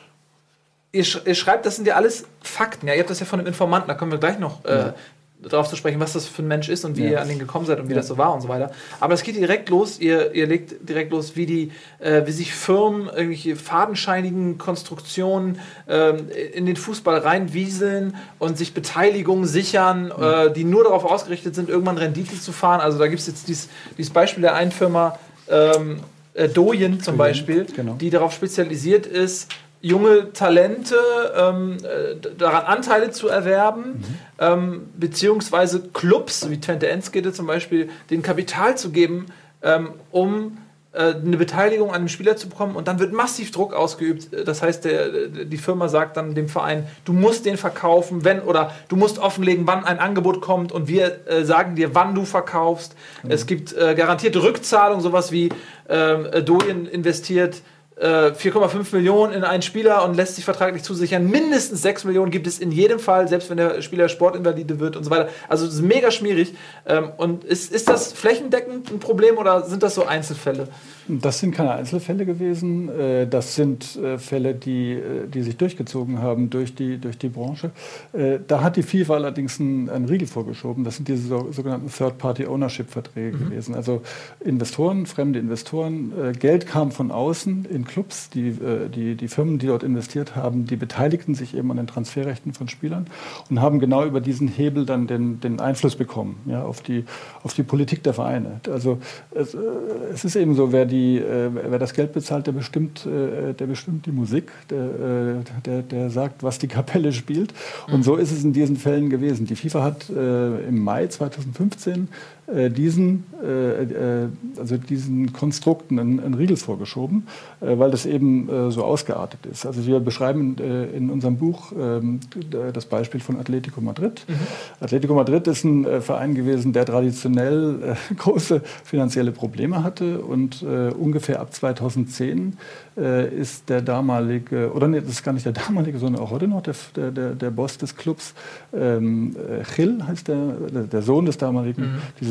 ihr, sch ihr schreibt, das sind ja alles Fakten. Ja, ihr habt das ja von einem Informanten, da kommen wir gleich noch äh, ja. darauf zu sprechen, was das für ein Mensch ist und wie ja. ihr an den gekommen seid und wie ja. das so war und so weiter. Aber es geht direkt los, ihr, ihr legt direkt los, wie, die, äh, wie sich Firmen, irgendwelche fadenscheinigen Konstruktionen äh, in den Fußball reinwieseln und sich Beteiligungen sichern, mhm. äh, die nur darauf ausgerichtet sind, irgendwann Rendite zu fahren. Also da gibt es jetzt dieses, dieses Beispiel der einen Firma, ähm, äh, Doyen zum Beispiel, genau. die darauf spezialisiert ist, junge Talente ähm, daran Anteile zu erwerben, mhm. ähm, beziehungsweise Clubs, wie Twente Enschede zum Beispiel, den Kapital zu geben, ähm, um äh, eine Beteiligung an einem Spieler zu bekommen. Und dann wird massiv Druck ausgeübt. Das heißt, der, die Firma sagt dann dem Verein, du musst den verkaufen, wenn, oder du musst offenlegen, wann ein Angebot kommt und wir äh, sagen dir, wann du verkaufst. Mhm. Es gibt äh, garantierte Rückzahlung, sowas wie äh, Doyen investiert vier Komma fünf Millionen in einen Spieler und lässt sich vertraglich zusichern. Mindestens sechs Millionen gibt es in jedem Fall, selbst wenn der Spieler Sportinvalide wird und so weiter. Also es ist mega schmierig. Und ist, ist das flächendeckend ein Problem oder sind das so Einzelfälle? Das sind keine Einzelfälle gewesen. Das sind Fälle, die, die sich durchgezogen haben durch die, durch die Branche. Da hat die FIFA allerdings einen, einen Riegel vorgeschoben. Das sind diese sogenannten Third-Party-Ownership-Verträge mhm. gewesen. Also Investoren, fremde Investoren, Geld kam von außen in Clubs. Die, die, die Firmen, die dort investiert haben, die beteiligten sich eben an den Transferrechten von Spielern und haben genau über diesen Hebel dann den, den Einfluss bekommen, ja, auf die, auf die Politik der Vereine. Also es, es ist eben so, wer die Die, äh, wer das Geld bezahlt, der bestimmt, äh, der bestimmt die Musik, der, äh, der, der sagt, was die Kapelle spielt. Und mhm. so ist es in diesen Fällen gewesen. Die FIFA hat äh, im Mai zweitausendfünfzehn äh, diesen, äh, also diesen Konstrukten einen, einen Riegel vorgeschoben, äh, weil das eben äh, so ausgeartet ist. Also wir beschreiben äh, in unserem Buch äh, das Beispiel von Atletico Madrid. Mhm. Atletico Madrid ist ein äh, Verein gewesen, der traditionell äh, große finanzielle Probleme hatte und äh, ungefähr ab zweitausendzehn äh, ist der damalige, oder nee, das ist gar nicht der damalige, sondern auch heute noch der, der, der Boss des Clubs, ähm, Gil heißt der, der Sohn des damaligen, mhm. dieses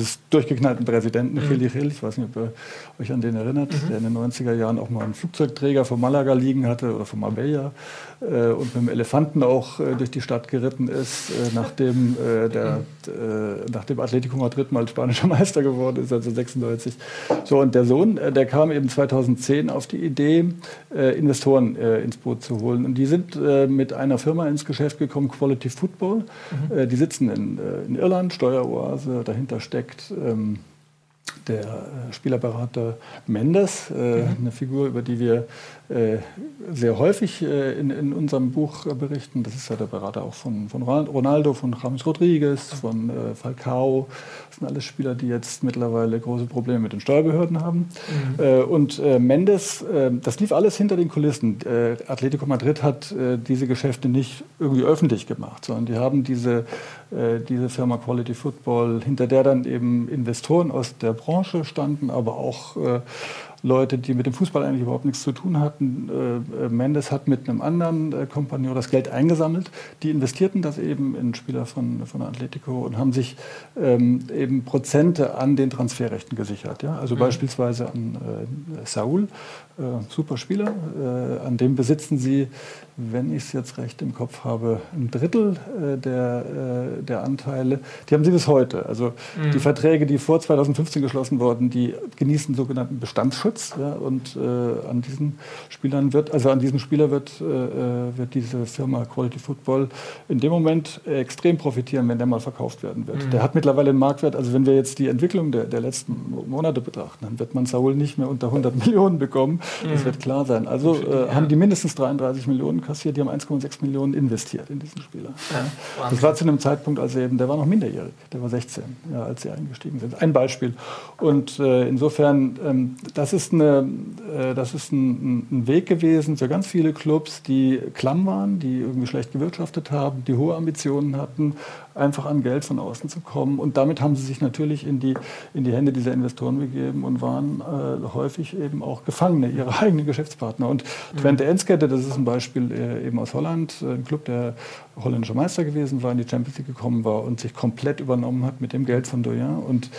dieses durchgeknallten Präsidenten, Mhm. Chili Gil, ich weiß nicht, ob ihr euch an den erinnert, Mhm. der in den neunziger Jahren auch mal einen Flugzeugträger von Malaga liegen hatte oder von Marbella äh, und mit dem Elefanten auch äh, durch die Stadt geritten ist, äh, nachdem, äh, der, äh, nachdem Atletico Madrid mal spanischer Meister geworden ist, also sechsundneunzig. So, und der Sohn, äh, der kam eben zweitausendzehn auf die Idee, äh, Investoren äh, ins Boot zu holen. Und die sind äh, mit einer Firma ins Geschäft gekommen, Quality Football. Mhm. Äh, die sitzen in, äh, in Irland, Steueroase, dahinter steckt ähm, der äh, Spielerberater Mendes, äh, mhm. eine Figur, über die wir äh, sehr häufig äh, in, in unserem Buch äh, berichten. Das ist ja der Berater auch von, von Ronaldo, von James Rodriguez, von äh, Falcao. Das sind alles Spieler, die jetzt mittlerweile große Probleme mit den Steuerbehörden haben. Mhm. Äh, und äh, Mendes, äh, das lief alles hinter den Kulissen. Äh, Atletico Madrid hat äh, diese Geschäfte nicht irgendwie öffentlich gemacht, sondern die haben diese, äh, diese Firma Quality Football, hinter der dann eben Investoren aus der Branche standen, aber auch äh, Leute, die mit dem Fußball eigentlich überhaupt nichts zu tun hatten. Äh, Mendes hat mit einem anderen äh, Kompagnon das Geld eingesammelt. Die investierten das eben in Spieler von, von Atletico und haben sich ähm, eben Prozente an den Transferrechten gesichert. Ja? Also mhm. beispielsweise an äh, Saúl, äh, super Spieler, äh, an dem besitzen sie, wenn ich es jetzt recht im Kopf habe, ein Drittel äh, der, äh, der Anteile. Die haben sie bis heute. Also mhm. die Verträge, die vor zweitausendfünfzehn geschlossen wurden, die genießen sogenannten Bestandsschutz. Ja, und äh, an diesen Spielern wird, also an diesem Spieler wird, äh, wird diese Firma Quality Football in dem Moment extrem profitieren, wenn der mal verkauft werden wird. Mhm. Der hat mittlerweile einen Marktwert, also wenn wir jetzt die Entwicklung der, der letzten Monate betrachten, dann wird man Saúl nicht mehr unter hundert Millionen bekommen. Mhm. Das wird klar sein. Also äh, ja. haben die mindestens dreiunddreißig Millionen kassiert, die haben eins Komma sechs Millionen investiert in diesen Spieler. Ja, das war zu einem Zeitpunkt, als eben, der war noch minderjährig, der war sechzehn, ja, als sie eingestiegen sind. Ein Beispiel. Und äh, insofern, ähm, das ist, eine, äh, das ist ein, ein Weg gewesen für ganz viele Clubs, die klamm waren, die irgendwie schlecht gewirtschaftet haben, die hohe Ambitionen hatten, einfach an Geld von außen zu kommen. Und damit haben sie sich natürlich in die, in die Hände dieser Investoren begeben und waren äh, häufig eben auch Gefangene ihrer eigenen Geschäftspartner. Und mhm. Twente Enschede, das ist ein Beispiel äh, eben aus Holland, äh, ein Club, der holländischer Meister gewesen war, in die Champions League gekommen war und sich komplett übernommen hat mit dem Geld von Doyen und,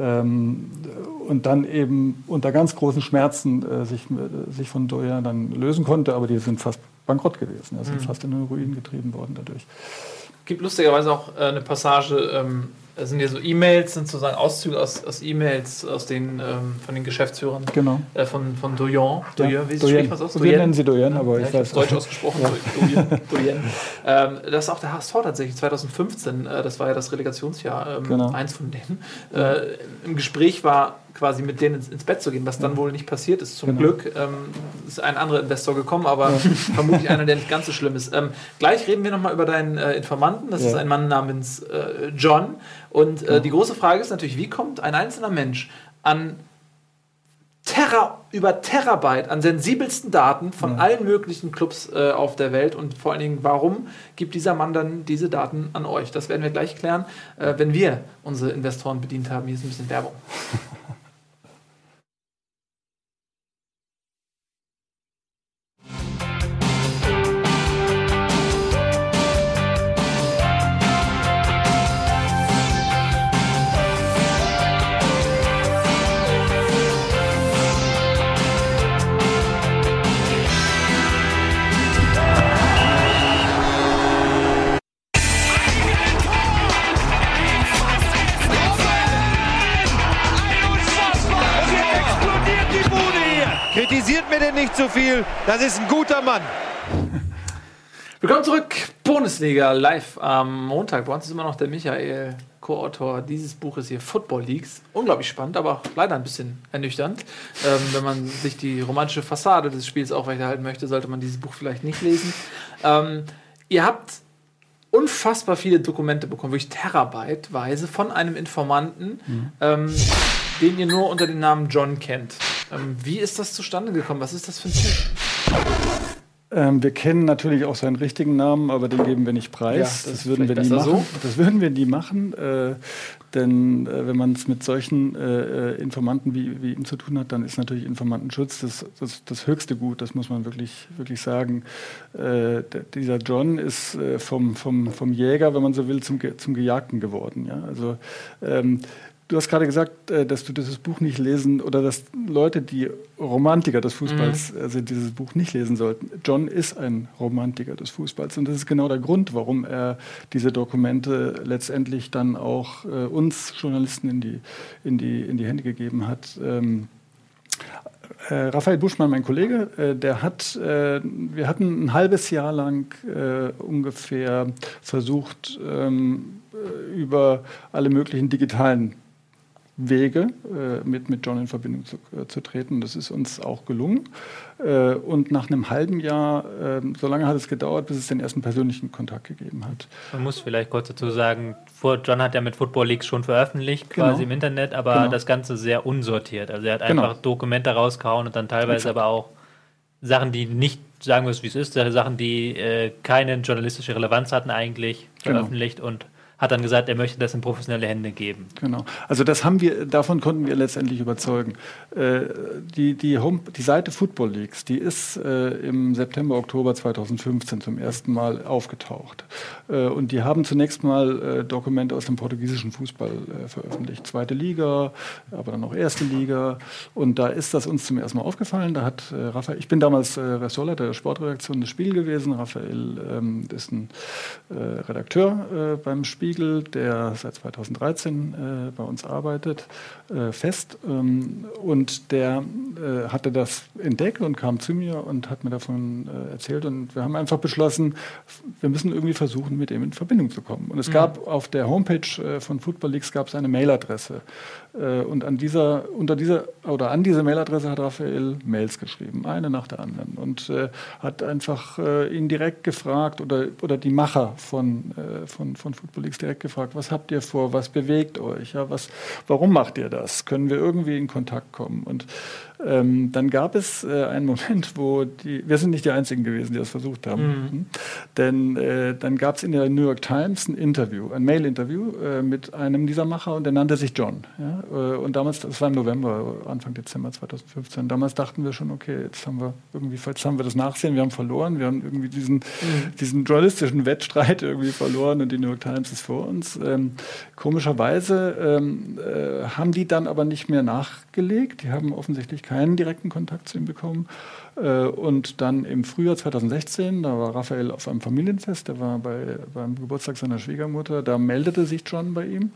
ähm, und dann eben unter ganz großen Schmerzen äh, sich, äh, sich von Doyen dann lösen konnte, aber die sind fast bankrott gewesen, also mhm. sind fast in den Ruin getrieben worden dadurch. Es gibt lustigerweise auch äh, eine Passage, ähm, das sind ja so E-Mails, sind sozusagen Auszüge aus, aus E-Mails aus den, ähm, von den Geschäftsführern genau. äh, von, von Doyen. Doyen, ja, wie Doyen. spricht man aus? Wir nennen sie Doyen, aber ja, ich, ich weiß Deutsch ausgesprochen. Ja. Doyen. Doyen. Ähm, das ist auch der H S V tatsächlich, zweitausendfünfzehn, äh, das war ja das Relegationsjahr, ähm, genau. eins von denen. Äh, Im Gespräch war quasi mit denen ins, ins Bett zu gehen, was dann ja. wohl nicht passiert ist. Zum genau. Glück ähm, ist ein anderer Investor gekommen, aber ja. vermutlich einer, der nicht ganz so schlimm ist. Ähm, gleich reden wir nochmal über deinen äh, Informanten. Das ja. ist ein Mann namens äh, John. Und äh, ja. die große Frage ist natürlich, wie kommt ein einzelner Mensch an Terra, über Terabyte an sensibelsten Daten von ja. allen möglichen Clubs äh, auf der Welt und vor allen Dingen, warum gibt dieser Mann dann diese Daten an euch? Das werden wir gleich klären, äh, wenn wir unsere Investoren bedient haben. Hier ist ein bisschen Werbung. Kritisiert mir denn nicht so viel, das ist ein guter Mann. Willkommen zurück, Bundesliga live am Montag. Bei uns ist immer noch der Michael, Co-Autor dieses Buches hier, Football Leagues. Unglaublich spannend, aber auch leider ein bisschen ernüchternd. Ähm, wenn man sich die romantische Fassade des Spiels aufrechterhalten möchte, sollte man dieses Buch vielleicht nicht lesen. Ähm, ihr habt unfassbar viele Dokumente bekommen, wirklich terabyteweise von einem Informanten, mhm. ähm, den ihr nur unter dem Namen John kennt. Ähm, wie ist das zustande gekommen? Was ist das für ein Typ? Ähm, wir kennen natürlich auch seinen richtigen Namen, aber den geben wir nicht preis. Ja, das, das würden wir nie machen. So. Das würden wir nie machen, äh, denn äh, wenn man es mit solchen äh, Informanten wie, wie ihm zu tun hat, dann ist natürlich Informantenschutz das, das, das höchste Gut. Das muss man wirklich, wirklich sagen. Äh, der, dieser John ist äh, vom, vom, vom Jäger, wenn man so will, zum, zum Gejagten geworden. Ja? Also ähm, du hast gerade gesagt, äh, dass du dieses Buch nicht lesen oder dass Leute, die Romantiker des Fußballs mhm. äh, sind, dieses Buch nicht lesen sollten. John ist ein Romantiker des Fußballs und das ist genau der Grund, warum er diese Dokumente letztendlich dann auch äh, uns Journalisten in die, in die, in die Hände gegeben hat. Ähm, Äh, Raphael Buschmann, mein Kollege, äh, der hat, äh, wir hatten ein halbes Jahr lang äh, ungefähr versucht, ähm, über alle möglichen digitalen Wege äh, mit, mit John in Verbindung zu, äh, zu treten. Das ist uns auch gelungen. Äh, und nach einem halben Jahr, äh, so lange hat es gedauert, bis es den ersten persönlichen Kontakt gegeben hat. Man muss vielleicht kurz dazu sagen, vor, John hat ja mit Football Leaks schon veröffentlicht, quasi genau. im Internet, aber genau. das Ganze sehr unsortiert. Also er hat einfach genau. Dokumente rausgehauen und dann teilweise Exakt. aber auch Sachen, die nicht, sagen wir es wie es ist, Sachen, die äh, keine journalistische Relevanz hatten eigentlich, veröffentlicht genau. und hat dann gesagt, er möchte das in professionelle Hände geben. Genau. Also das haben wir, davon konnten wir letztendlich überzeugen. Äh, die, die, Home, die Seite Football Leaks, die ist äh, im September, Oktober zweitausendfünfzehn zum ersten Mal aufgetaucht. Äh, und die haben zunächst mal äh, Dokumente aus dem portugiesischen Fußball äh, veröffentlicht. Zweite Liga, aber dann auch erste Liga. Und da ist das uns zum ersten Mal aufgefallen. Da hat äh, Raphael, ich bin damals äh, Ressortleiter der Sportredaktion des Spiegel gewesen. Raphael ähm, ist ein äh, Redakteur äh, beim Spiegel, der seit zweitausenddreizehn äh, bei uns arbeitet, äh, fest. Ähm, und der äh, hatte das entdeckt und kam zu mir und hat mir davon äh, erzählt. Und wir haben einfach beschlossen, wir müssen irgendwie versuchen, mit ihm in Verbindung zu kommen. Und es mhm. gab auf der Homepage äh, von Football Leaks gab es eine Mailadresse. Äh, und an dieser, unter dieser, oder an diese Mailadresse hat Raphael Mails geschrieben, eine nach der anderen. Und äh, hat einfach äh, ihn direkt gefragt, oder, oder die Macher von, äh, von, von Football Leaks direkt gefragt, was habt ihr vor, was bewegt euch, ja, was, warum macht ihr das, können wir irgendwie in Kontakt kommen? Und ähm, dann gab es äh, einen Moment, wo die, wir sind nicht die Einzigen gewesen, die das versucht haben, mhm. denn äh, dann gab es in der New York Times ein Interview, ein Mail-Interview äh, mit einem dieser Macher und der nannte sich John. Ja? Äh, und damals, das war im November, Anfang Dezember zweitausendfünfzehn, damals dachten wir schon, okay, jetzt haben wir irgendwie, jetzt haben wir das Nachsehen, wir haben verloren, wir haben irgendwie diesen, mhm. diesen journalistischen Wettstreit irgendwie verloren und die New York Times ist vor uns. Ähm, komischerweise ähm, äh, haben die dann aber nicht mehr nachgelegt. Die haben offensichtlich keinen direkten Kontakt zu ihm bekommen. Äh, und dann im Frühjahr zweitausendsechzehn, da war Raphael auf einem Familienfest, der war bei, beim Geburtstag seiner Schwiegermutter, da meldete sich John bei ihm.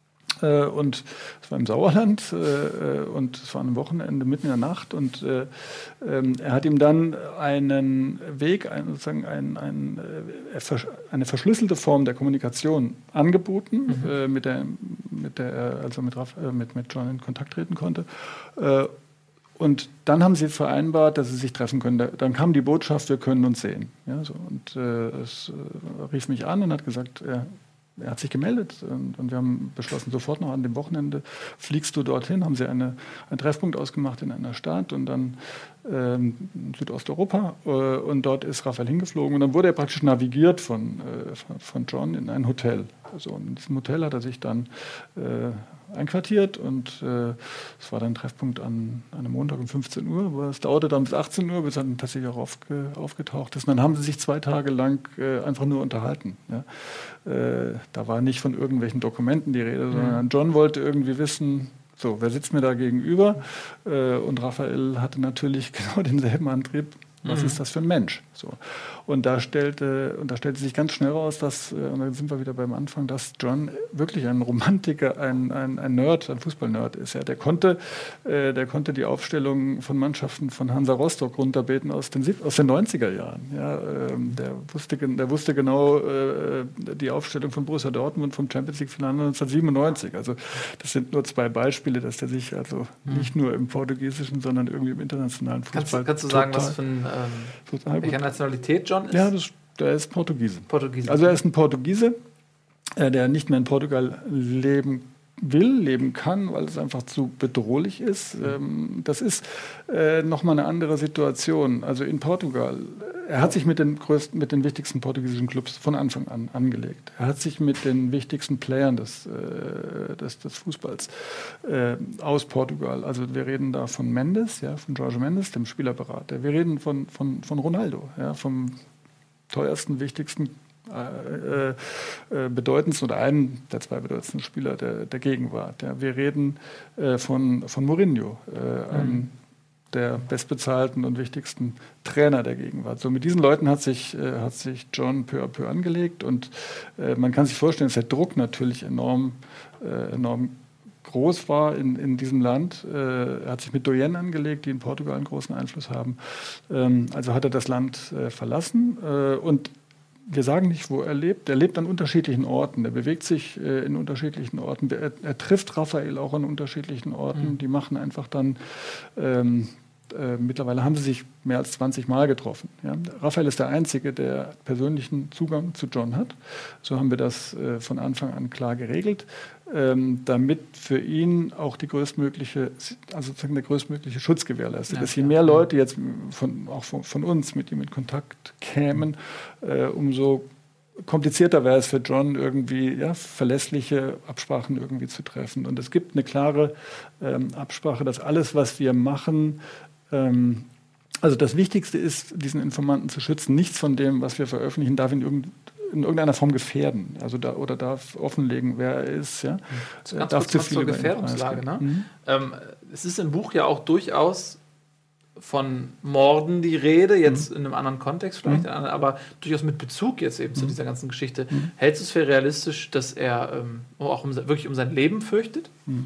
Äh, und es war im Sauerland äh, und es war am Wochenende mitten in der Nacht und äh, äh, er hat ihm dann einen Weg, ein, sozusagen ein, ein, äh, eine verschlüsselte Form der Kommunikation angeboten, mhm. äh, mit der, mit der er also mit, Raph, äh, mit, mit John in Kontakt treten konnte. Äh, und dann haben sie vereinbart, dass sie sich treffen können. Da, dann kam die Botschaft, wir können uns sehen. Ja, so. Und äh, es äh, rief mich an und hat gesagt, er Er hat sich gemeldet und, und wir haben beschlossen, sofort noch an dem Wochenende fliegst du dorthin, haben sie eine, einen Treffpunkt ausgemacht in einer Stadt und dann ähm, in Südosteuropa äh, und dort ist Raphael hingeflogen und dann wurde er praktisch navigiert von, äh, von, von John in ein Hotel. Also in diesem Hotel hat er sich dann äh, einquartiert und äh, es war dann ein Treffpunkt an, an einem Montag um fünfzehn Uhr, aber es dauerte dann bis achtzehn Uhr, bis er dann tatsächlich auch aufge, aufgetaucht ist. Und dann haben sie sich zwei Tage lang äh, einfach nur unterhalten. Ja. Äh, da war nicht von irgendwelchen Dokumenten die Rede, mhm. sondern John wollte irgendwie wissen, so, wer sitzt mir da gegenüber? Äh, und Raphael hatte natürlich genau denselben Antrieb. Was mhm. ist das für ein Mensch? So. Und da stellte, und da stellte sich ganz schnell raus, dass, und da sind wir wieder beim Anfang, dass John wirklich ein Romantiker, ein, ein, ein Nerd, ein Fußballnerd ist. Ja, der, konnte, äh, der konnte die Aufstellung von Mannschaften von Hansa Rostock runterbeten aus den, aus den neunziger Jahren. Ja, ähm, der, wusste, der wusste genau äh, die Aufstellung von Borussia Dortmund vom Champions League-Finale neunzehnhundertsiebenundneunzig. Also das sind nur zwei Beispiele, dass der sich also mhm. nicht nur im portugiesischen, sondern irgendwie im internationalen Fußball... Kannst, kannst du sagen, was für ein... Ähm, welcher Nationalität John ist? Ja, das, der ist Portugiese. Portugiese. Also er ist ein Portugiese, äh, der nicht mehr in Portugal leben will, leben kann, weil es einfach zu bedrohlich ist. Ähm, das ist äh, nochmal eine andere Situation. Also in Portugal, er hat sich mit den größten, mit den wichtigsten portugiesischen Clubs von Anfang an angelegt. Er hat sich mit den wichtigsten Playern des, äh, des, des Fußballs äh, aus Portugal, also wir reden da von Mendes, ja, von Jorge Mendes, dem Spielerberater. Wir reden von, von, von Ronaldo, ja, vom teuersten, wichtigsten äh, äh, bedeutendsten oder einen der zwei bedeutendsten Spieler der, der Gegenwart. Ja. Wir reden äh, von, von Mourinho, äh, einem mhm. der bestbezahlten und wichtigsten Trainer der Gegenwart. So mit diesen Leuten hat sich, äh, hat sich John peu à peu angelegt und äh, man kann sich vorstellen, dass der Druck natürlich enorm, äh, enorm groß war in, in diesem Land. Äh, er hat sich mit Doyen angelegt, die in Portugal einen großen Einfluss haben. Ähm, also hat er das Land äh, verlassen äh, und wir sagen nicht, wo er lebt. Er lebt an unterschiedlichen Orten. Er bewegt sich äh, in unterschiedlichen Orten. Er, er trifft Raphael auch an unterschiedlichen Orten. Mhm. Die machen einfach dann ähm, Äh, mittlerweile haben sie sich mehr als zwanzig Mal getroffen. Ja. Raphael ist der Einzige, der persönlichen Zugang zu John hat. So haben wir das äh, von Anfang an klar geregelt, ähm, damit für ihn auch die größtmögliche, also sozusagen der größtmögliche Schutz gewährleistet ist. Ja, je mehr Leute jetzt von, auch von, von uns mit ihm in Kontakt kämen, äh, umso komplizierter wäre es für John, irgendwie ja, verlässliche Absprachen irgendwie zu treffen. Und es gibt eine klare ähm, Absprache, dass alles, was wir machen, ähm, also das Wichtigste ist, diesen Informanten zu schützen. Nichts von dem, was wir veröffentlichen, darf ihn irgend, in irgendeiner Form gefährden. Also da, oder darf offenlegen, wer er ist. Ja? So ganz darf kurz zu zur Gefährdungslage. Ne? Mhm. Ähm, es ist im Buch ja auch durchaus von Morden die Rede, jetzt mhm. in einem anderen Kontext vielleicht, mhm. aber durchaus mit Bezug jetzt eben mhm. zu dieser ganzen Geschichte. Mhm. Hältst du es für realistisch, dass er ähm, auch um, wirklich um sein Leben fürchtet? Mhm.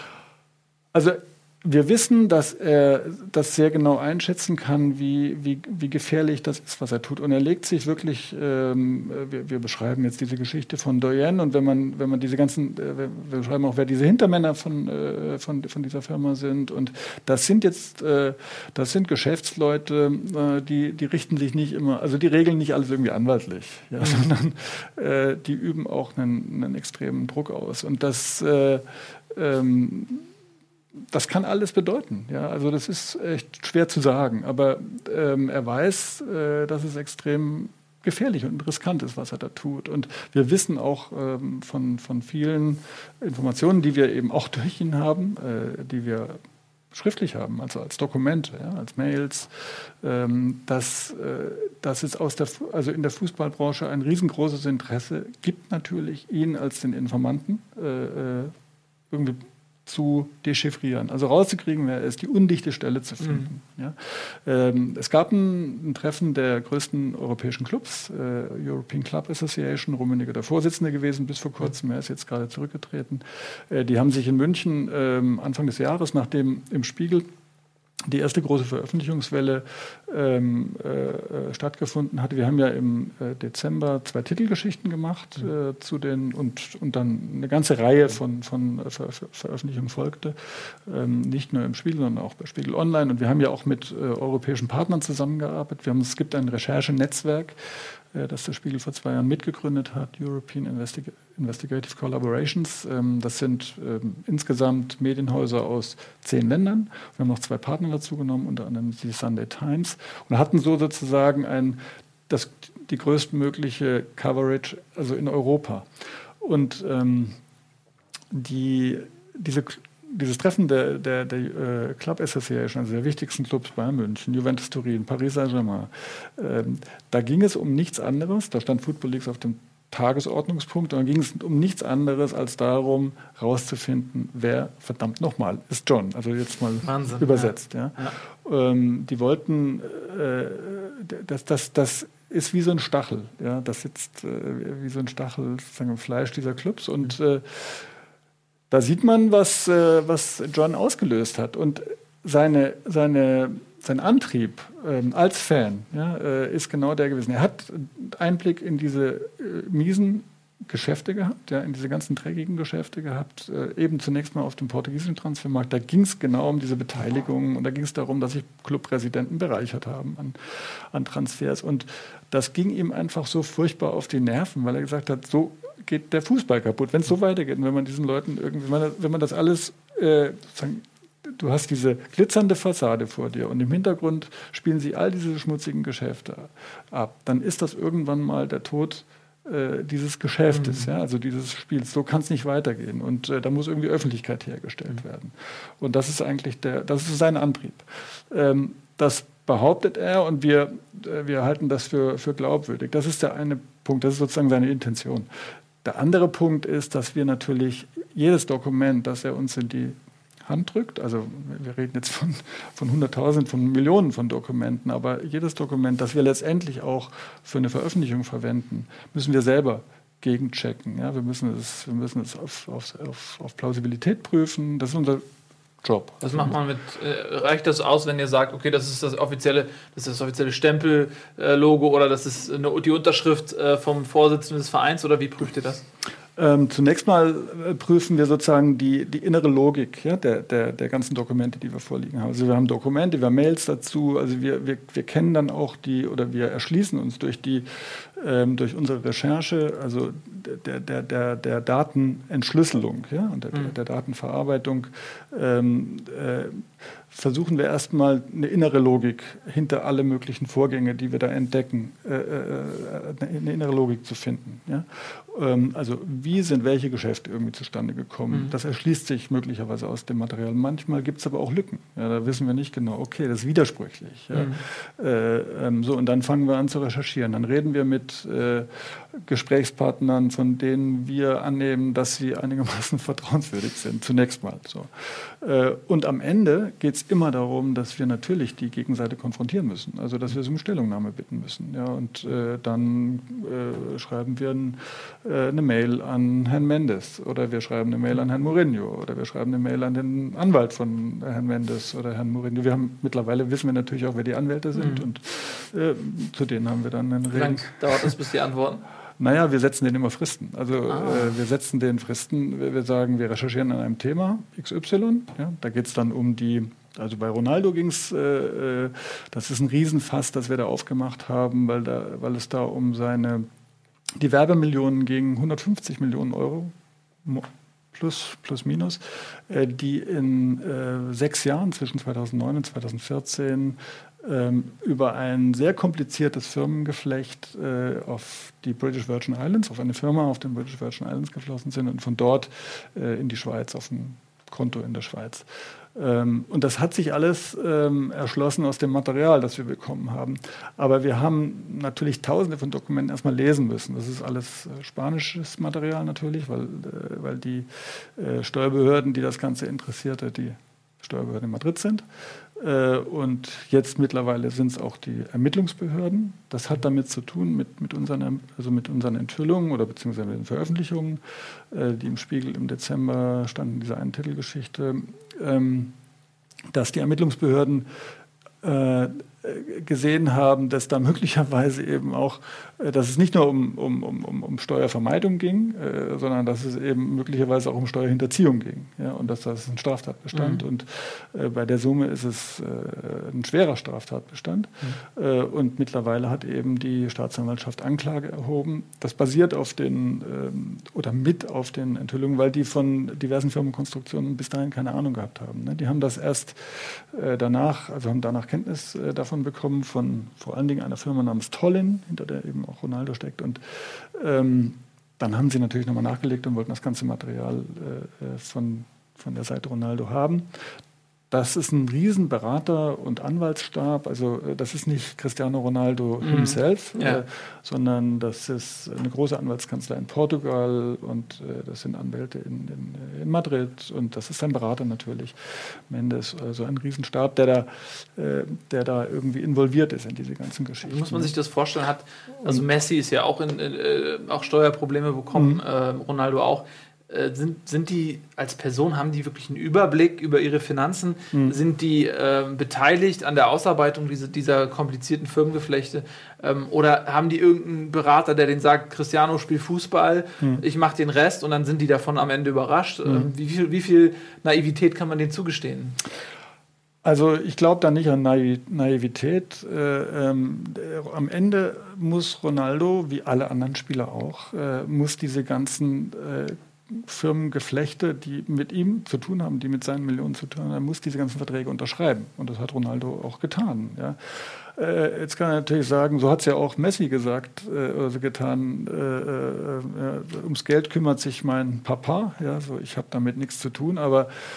Also wir wissen, dass er das sehr genau einschätzen kann, wie, wie, wie gefährlich das ist, was er tut. Und er legt sich wirklich, ähm, wir, wir beschreiben jetzt diese Geschichte von Doyen und wenn man, wenn man diese ganzen, äh, wir beschreiben auch, wer diese Hintermänner von, äh, von, von dieser Firma sind. Und das sind jetzt, äh, das sind Geschäftsleute, äh, die, die richten sich nicht immer, also die regeln nicht alles irgendwie anwaltlich, ja, mhm. sondern äh, die üben auch einen, einen extremen Druck aus. Und das, äh, ähm, Das kann alles bedeuten. Ja? Also das ist echt schwer zu sagen. Aber ähm, er weiß, äh, dass es extrem gefährlich und riskant ist, was er da tut. Und wir wissen auch ähm, von, von vielen Informationen, die wir eben auch durch ihn haben, äh, die wir schriftlich haben, also als Dokumente, ja, als Mails, ähm, dass, äh, dass es aus der, also in der Fußballbranche ein riesengroßes Interesse gibt, natürlich ihn als den Informanten äh, irgendwie zu dechiffrieren, also rauszukriegen, wer ist, die undichte Stelle zu finden. Mhm. Ja. Ähm, es gab ein, ein Treffen der größten europäischen Clubs, äh, European Club Association, Rummenigge der Vorsitzende gewesen bis vor kurzem, er ist jetzt gerade zurückgetreten. Äh, die haben sich in München äh, Anfang des Jahres, nachdem im Spiegel die erste große Veröffentlichungswelle ähm, äh, stattgefunden hatte. Wir haben ja im äh, Dezember zwei Titelgeschichten gemacht äh, zu den und, und dann eine ganze Reihe von, von Ver Ver Veröffentlichungen folgte. Ähm, nicht nur im Spiegel, sondern auch bei Spiegel Online. Und wir haben ja auch mit äh, europäischen Partnern zusammengearbeitet. Wir haben, es gibt ein Recherchenetzwerk, äh, das der Spiegel vor zwei Jahren mitgegründet hat, European Investig Investigative Collaborations. Ähm, das sind ähm, insgesamt Medienhäuser aus zehn Ländern. Wir haben noch zwei Partner dazu genommen, unter anderem die Sunday Times. Und hatten so sozusagen ein, das, die größtmögliche Coverage, also in Europa. Und ähm, die, diese, dieses Treffen der, der, der äh, Club Association, also der wichtigsten Clubs, Bayern München, Juventus Turin, Paris Saint-Germain, ähm, da ging es um nichts anderes. Da stand Football Leagues auf dem Tagesordnungspunkt. Und dann ging es um nichts anderes als darum, herauszufinden, wer verdammt nochmal ist John. Also jetzt mal Wahnsinn, übersetzt. Ja. Ja. Ja. Ähm, die wollten, äh, das, das, das ist wie so ein Stachel. Ja. Das sitzt äh, wie so ein Stachel sozusagen im Fleisch dieser Clubs. Und äh, da sieht man, was, äh, was John ausgelöst hat. Und seine, seine Sein Antrieb ähm, als Fan ja, äh, ist genau der gewesen. Er hat Einblick in diese äh, miesen Geschäfte gehabt, ja, in diese ganzen dreckigen Geschäfte gehabt, äh, eben zunächst mal auf dem portugiesischen Transfermarkt. Da ging es genau um diese Beteiligungen und da ging es darum, dass sich Clubpräsidenten bereichert haben an, an Transfers. Und das ging ihm einfach so furchtbar auf die Nerven, weil er gesagt hat, so geht der Fußball kaputt, wenn es so weitergeht. Und wenn man diesen Leuten irgendwie, wenn man, wenn man das alles äh, sozusagen, du hast diese glitzernde Fassade vor dir und im Hintergrund spielen sie all diese schmutzigen Geschäfte ab. Dann ist das irgendwann mal der Tod äh, dieses Geschäftes, mhm. ja, also dieses Spiels. So kann es nicht weitergehen. Und äh, da muss irgendwie Öffentlichkeit hergestellt mhm. werden. Und das ist eigentlich der, das ist sein Antrieb. Ähm, das behauptet er, und wir, wir halten das für, für glaubwürdig. Das ist der eine Punkt, das ist sozusagen seine Intention. Der andere Punkt ist, dass wir natürlich jedes Dokument, das er uns in die Hand drückt, also wir reden jetzt von, von hunderttausend, von Millionen von Dokumenten, aber jedes Dokument, das wir letztendlich auch für eine Veröffentlichung verwenden, müssen wir selber gegenchecken. Ja? Wir müssen es, wir müssen es auf, auf, auf, auf Plausibilität prüfen, das ist unser Job. Was macht man mit, äh, reicht das aus, wenn ihr sagt, okay, das ist das offizielle, das ist das offizielle Stempel-Logo äh, oder das ist eine, die Unterschrift äh, vom Vorsitzenden des Vereins, oder wie prüft ihr das? Ähm, zunächst mal äh, prüfen wir sozusagen die, die innere Logik, ja, der, der, der ganzen Dokumente, die wir vorliegen haben. Also wir haben Dokumente, wir haben Mails dazu, also wir, wir, wir kennen dann auch die, oder wir erschließen uns durch die, ähm, durch unsere Recherche, also der, der, der, der Datenentschlüsselung, ja, und der, mhm. der Datenverarbeitung, ähm, äh, versuchen wir erstmal eine innere Logik hinter alle möglichen Vorgänge, die wir da entdecken, äh, äh, eine innere Logik zu finden. Ja? Ähm, also wie sind welche Geschäfte irgendwie zustande gekommen? Mhm. Das erschließt sich möglicherweise aus dem Material. Manchmal gibt es aber auch Lücken. Ja, da wissen wir nicht genau, okay, das ist widersprüchlich. Ja? Mhm. Äh, ähm, so, und dann fangen wir an zu recherchieren. Dann reden wir mit äh, Gesprächspartnern, von denen wir annehmen, dass sie einigermaßen vertrauenswürdig sind, zunächst mal. So. Äh, und am Ende geht es immer darum, dass wir natürlich die Gegenseite konfrontieren müssen, also dass wir sie um Stellungnahme bitten müssen. Ja, und äh, dann äh, schreiben wir ein, äh, eine Mail an Herrn Mendes oder wir schreiben eine Mail an Herrn Mourinho oder wir schreiben eine Mail an den Anwalt von Herrn Mendes oder Herrn Mourinho. Wir haben mittlerweile wissen wir natürlich auch, wer die Anwälte sind, mhm. und äh, zu denen haben wir dann einen Wie lange dauert es, bis die antworten? Naja, wir setzen denen immer Fristen. Also ah. äh, wir setzen denen Fristen, wir, wir sagen, wir recherchieren an einem Thema X Y. Ja, da geht es dann um die, also bei Ronaldo ging es, äh, das ist ein Riesenfass, das wir da aufgemacht haben, weil, da, weil es da um seine, die Werbemillionen ging, hundertfünfzig Millionen Euro, plus, plus minus, äh, die in äh, sechs Jahren zwischen zweitausendneun und zweitausendvierzehn über ein sehr kompliziertes Firmengeflecht äh, auf die British Virgin Islands, auf eine Firma auf den British Virgin Islands geflossen sind und von dort äh, in die Schweiz, auf ein Konto in der Schweiz. Ähm, und das hat sich alles ähm, erschlossen aus dem Material, das wir bekommen haben. Aber wir haben natürlich tausende von Dokumenten erstmal lesen müssen. Das ist alles äh, spanisches Material natürlich, weil, äh, weil die äh, Steuerbehörden, die das Ganze interessierte, die Steuerbehörden in Madrid sind. Und jetzt mittlerweile sind es auch die Ermittlungsbehörden. Das hat damit zu tun, mit, mit, unseren, also mit unseren Enthüllungen oder beziehungsweise mit den Veröffentlichungen, die im Spiegel im Dezember standen in dieser einen Titelgeschichte, dass die Ermittlungsbehörden gesehen haben, dass da möglicherweise eben auch, dass es nicht nur um, um, um, um Steuervermeidung ging, äh, sondern dass es eben möglicherweise auch um Steuerhinterziehung ging. Ja, und dass das ein Straftatbestand. Mhm. Und äh, bei der Summe ist es äh, ein schwerer Straftatbestand. Mhm. Äh, und mittlerweile hat eben die Staatsanwaltschaft Anklage erhoben. Das basiert auf den, ähm, oder mit auf den Enthüllungen, weil die von diversen Firmenkonstruktionen bis dahin keine Ahnung gehabt haben. Ne? Die haben das erst äh, danach, also haben danach Kenntnis äh, davon bekommen, von vor allen Dingen einer Firma namens Tollin, hinter der eben auch Ronaldo steckt. Und ähm, dann haben sie natürlich nochmal nachgelegt und wollten das ganze Material äh, von, von der Seite Ronaldo haben. Das ist ein riesen Berater- und Anwaltsstab. Also das ist nicht Cristiano Ronaldo mhm. himself, ja. äh, sondern das ist eine große Anwaltskanzlei in Portugal und äh, das sind Anwälte in, in, in Madrid und das ist sein Berater natürlich, Mendes. Also ein Riesenstab, der da, äh, der da irgendwie involviert ist in diese ganzen Geschichten. Wie muss man sich das vorstellen? Hat, also Messi ist ja auch in äh, auch Steuerprobleme bekommen, mhm. äh, Ronaldo auch. Sind, sind die als Person, haben die wirklich einen Überblick über ihre Finanzen? Mhm. Sind die äh, beteiligt an der Ausarbeitung dieser, dieser komplizierten Firmengeflechte? Ähm, oder haben die irgendeinen Berater, der denen sagt, Cristiano spielt Fußball, mhm. ich mache den Rest und dann sind die davon am Ende überrascht? Mhm. Ähm, wie, viel, wie viel Naivität kann man denen zugestehen? Also ich glaube da nicht an Naivität. Äh, ähm, am Ende muss Ronaldo, wie alle anderen Spieler auch, äh, muss diese ganzen äh, Firmengeflechte, die mit ihm zu tun haben, die mit seinen Millionen zu tun haben, muss diese ganzen Verträge unterschreiben. Und das hat Ronaldo auch getan. Ja. Äh, jetzt kann er natürlich sagen, so hat es ja auch Messi gesagt, äh, also getan, äh, äh, ums Geld kümmert sich mein Papa, ja, so, ich habe damit nichts zu tun, aber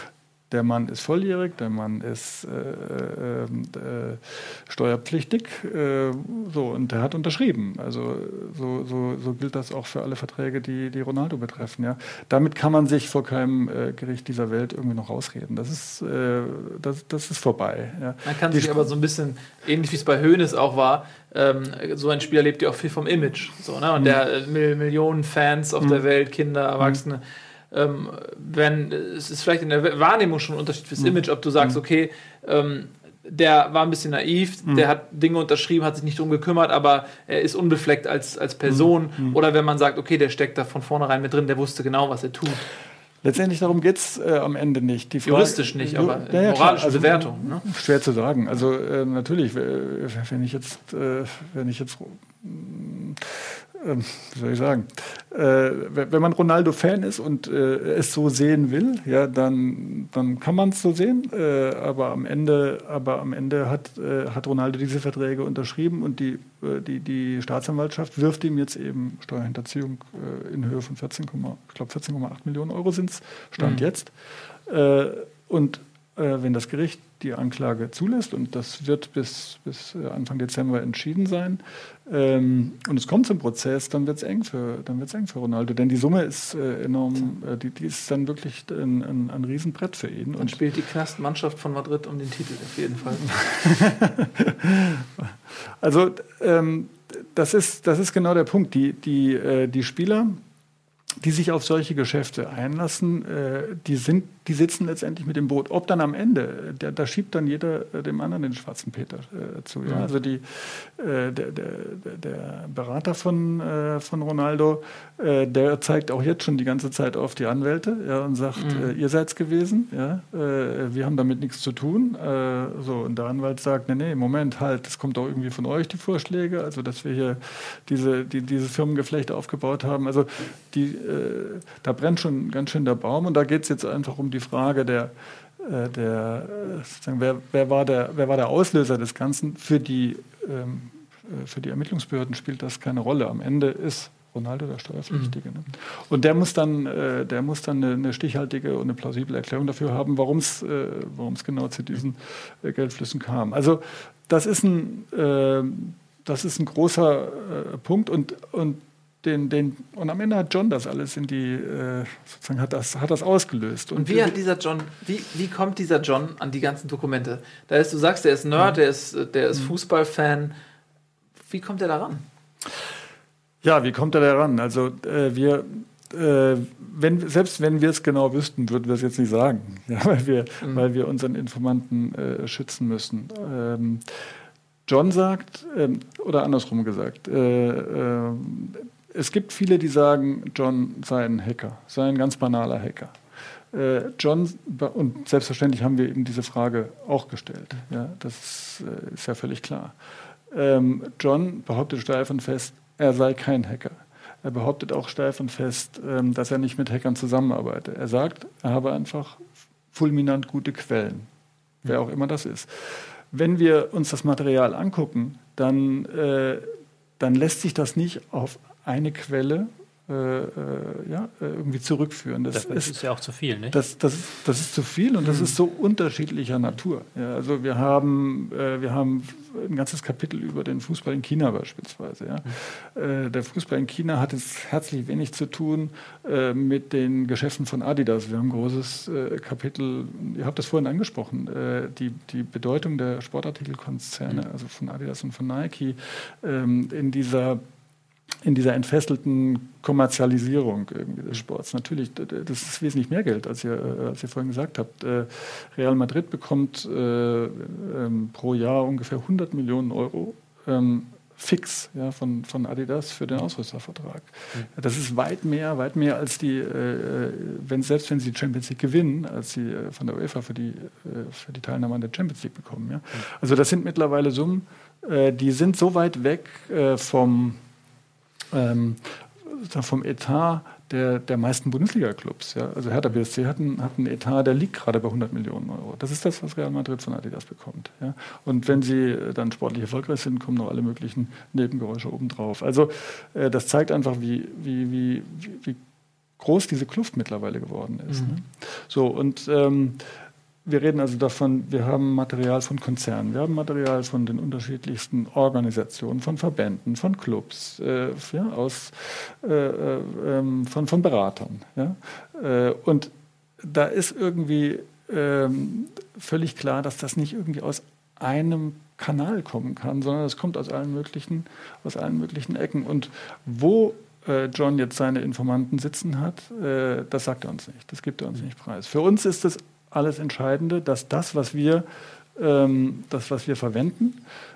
Der Mann ist volljährig, der Mann ist äh, äh, äh, steuerpflichtig, äh, so, und der hat unterschrieben. Also so, so, so gilt das auch für alle Verträge, die, die Ronaldo betreffen. Ja. Damit kann man sich vor keinem äh, Gericht dieser Welt irgendwie noch rausreden. Das ist, äh, das, das ist vorbei. Ja. Man kann die sich aber so ein bisschen, ähnlich wie es bei Hoeneß auch war, ähm, so ein Spieler lebt ja auch viel vom Image. So, ne? Und mhm. der äh, Millionen Fans auf mhm. der Welt, Kinder, Erwachsene, mhm. Ähm, wenn, es ist vielleicht in der Wahrnehmung schon ein Unterschied fürs Image, ob du sagst, okay, ähm, der war ein bisschen naiv, mhm. der hat Dinge unterschrieben, hat sich nicht drum gekümmert, aber er ist unbefleckt als, als Person. Mhm. Oder wenn man sagt, okay, der steckt da von vornherein mit drin, der wusste genau, was er tut. Letztendlich darum geht es äh, am Ende nicht. Die Frage, Juristisch nicht, ju- aber ja, ja, moralische also, Bewertung. Ne? Schwer zu sagen. Also äh, natürlich, äh, wenn ich jetzt, äh, wenn ich jetzt äh, wie soll ich sagen, äh, wenn man Ronaldo-Fan ist und äh, es so sehen will, ja, dann, dann kann man es so sehen. Äh, aber am Ende, aber am Ende hat, äh, hat Ronaldo diese Verträge unterschrieben und die, äh, die, die Staatsanwaltschaft wirft ihm jetzt eben Steuerhinterziehung äh, in Höhe von vierzehn, ich glaube vierzehn Komma acht Millionen Euro sind es, Stand mhm. jetzt. Äh, und äh, wenn das Gericht die Anklage zulässt, und das wird bis, bis Anfang Dezember entschieden sein, ähm, und es kommt zum Prozess, dann wird es eng für, dann wird's eng für Ronaldo. Denn die Summe ist äh, enorm, äh, die, die ist dann wirklich ein, ein, ein Riesenbrett für ihn. Dann und spielt die Knastmannschaft von Madrid um den Titel auf jeden Fall. Also ähm, das ist, das ist genau der Punkt. Die, die, äh, die Spieler, die sich auf solche Geschäfte einlassen, äh, die, sind, die sitzen letztendlich mit dem Boot. Ob dann am Ende, der, da schiebt dann jeder äh, dem anderen den schwarzen Peter äh, zu. Ja? Also die, äh, der, der, der Berater von, äh, von Ronaldo, äh, der zeigt auch jetzt schon die ganze Zeit auf die Anwälte, ja, und sagt, mhm. äh, ihr seid's gewesen, ja? äh, wir haben damit nichts zu tun. Äh, so, und der Anwalt sagt, nee, nee, Moment, halt, das kommt doch irgendwie von euch, die Vorschläge, also dass wir hier diese, die, diese Firmengeflechte aufgebaut haben. Also die Äh, da brennt schon ganz schön der Baum, und da geht es jetzt einfach um die Frage der, äh, der äh, sozusagen, wer, wer, war der, wer war der Auslöser des Ganzen. Für die, ähm, für die Ermittlungsbehörden spielt das keine Rolle. Am Ende ist Ronaldo der Steuerpflichtige. Mhm. Ne? Und der muss dann, äh, der muss dann eine, eine stichhaltige und eine plausible Erklärung dafür haben, warum es äh, warum's genau zu diesen äh, Geldflüssen kam. Also das ist ein, äh, das ist ein großer äh, Punkt, und, und Den, den, und am Ende hat John das alles in die, äh, sozusagen hat das, hat das ausgelöst. Und, und wie hat dieser John, wie, wie kommt dieser John an die ganzen Dokumente? Da ist, du sagst, der ist Nerd, der ist, der ist Fußballfan. Wie kommt er da ran? Ja, wie kommt er da ran? Also äh, wir, äh, wenn, selbst wenn wir es genau wüssten, würden wir es jetzt nicht sagen, ja, weil, wir, mhm. weil wir unseren Informanten äh, schützen müssen. Ähm, John sagt, ähm, oder andersrum gesagt, äh, äh, es gibt viele, die sagen, John sei ein Hacker, sei ein ganz banaler Hacker. Äh, John, und selbstverständlich haben wir eben diese Frage auch gestellt. Ja, das ist, äh, ist ja völlig klar. Ähm, John behauptet steif und fest, er sei kein Hacker. Er behauptet auch steif und fest, ähm, dass er nicht mit Hackern zusammenarbeitet. Er sagt, er habe einfach fulminant gute Quellen, wer auch immer das ist. Wenn wir uns das Material angucken, dann, äh, dann lässt sich das nicht auf eine Quelle äh, äh, ja, irgendwie zurückführen. Das, das ist, ist ja auch zu viel, nicht? Das, das, das ist zu viel, und das mhm. ist so unterschiedlicher Natur. Ja, also wir haben, äh, wir haben ein ganzes Kapitel über den Fußball in China beispielsweise. Ja. Mhm. Äh, der Fußball in China hat jetzt herzlich wenig zu tun äh, mit den Geschäften von Adidas. Wir haben ein großes äh, Kapitel, ihr habt das vorhin angesprochen, äh, die, die Bedeutung der Sportartikelkonzerne, mhm. also von Adidas und von Nike, ähm, in dieser in dieser entfesselten Kommerzialisierung irgendwie des Sports. Natürlich, das ist wesentlich mehr Geld, als ihr, als ihr vorhin gesagt habt. Real Madrid bekommt äh, ähm, pro Jahr ungefähr hundert Millionen Euro ähm, fix, ja, von, von Adidas für den Ausrüstervertrag. Mhm. Das ist weit mehr, weit mehr als die, äh, wenn, selbst wenn sie die Champions League gewinnen, als sie äh, von der UEFA für die, äh, für die Teilnahme an der Champions League bekommen. Ja? Mhm. Also das sind mittlerweile Summen, äh, die sind so weit weg äh, vom Ähm, vom Etat der, der meisten Bundesliga-Clubs. Ja. Also Hertha B S C hat einen, hat einen Etat, der liegt gerade bei hundert Millionen Euro. Das ist das, was Real Madrid von Adidas bekommt. Ja. Und wenn sie dann sportlich erfolgreich sind, kommen noch alle möglichen Nebengeräusche obendrauf. Also äh, das zeigt einfach, wie, wie, wie, wie groß diese Kluft mittlerweile geworden ist. Mhm. Ne? So, und ähm, wir reden also davon, wir haben Material von Konzernen, wir haben Material von den unterschiedlichsten Organisationen, von Verbänden, von Clubs, äh, ja, aus, äh, äh, von, von Beratern. Ja? Äh, und da ist irgendwie äh, völlig klar, dass das nicht irgendwie aus einem Kanal kommen kann, sondern es kommt aus allen möglichen, aus allen möglichen Ecken. Und wo äh, John jetzt seine Informanten sitzen hat, äh, das sagt er uns nicht, das gibt er uns nicht preis. Für uns ist es alles Entscheidende, dass das, was wir, ähm, das, was wir verwenden,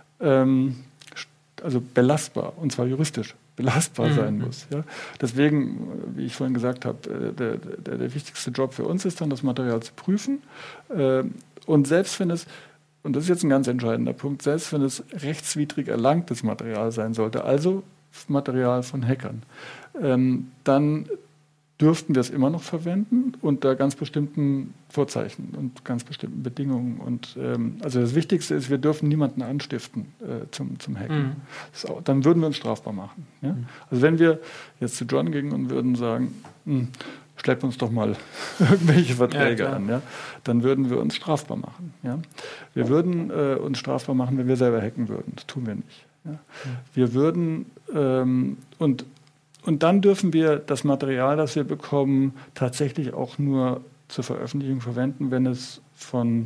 ähm, also belastbar, und zwar juristisch belastbar mhm. sein muss. Ja? Deswegen, wie ich vorhin gesagt habe, der, der, der wichtigste Job für uns ist dann, das Material zu prüfen. Äh, und selbst wenn es, und das ist jetzt ein ganz entscheidender Punkt, selbst wenn es rechtswidrig erlangtes Material sein sollte, also Material von Hackern, ähm, dann dürften wir es immer noch verwenden unter ganz bestimmten Vorzeichen und ganz bestimmten Bedingungen. Und ähm, also das Wichtigste ist, wir dürfen niemanden anstiften äh, zum, zum Hacken. Mhm. Auch, dann würden wir uns strafbar machen. Ja? Mhm. Also wenn wir jetzt zu John gingen und würden sagen, schlepp uns doch mal irgendwelche Verträge ja, an, ja? Dann würden wir uns strafbar machen. Ja? Wir würden äh, uns strafbar machen, wenn wir selber hacken würden. Das tun wir nicht. Ja? Mhm. Wir würden ähm, und Und dann dürfen wir das Material, das wir bekommen, tatsächlich auch nur zur Veröffentlichung verwenden, wenn es von,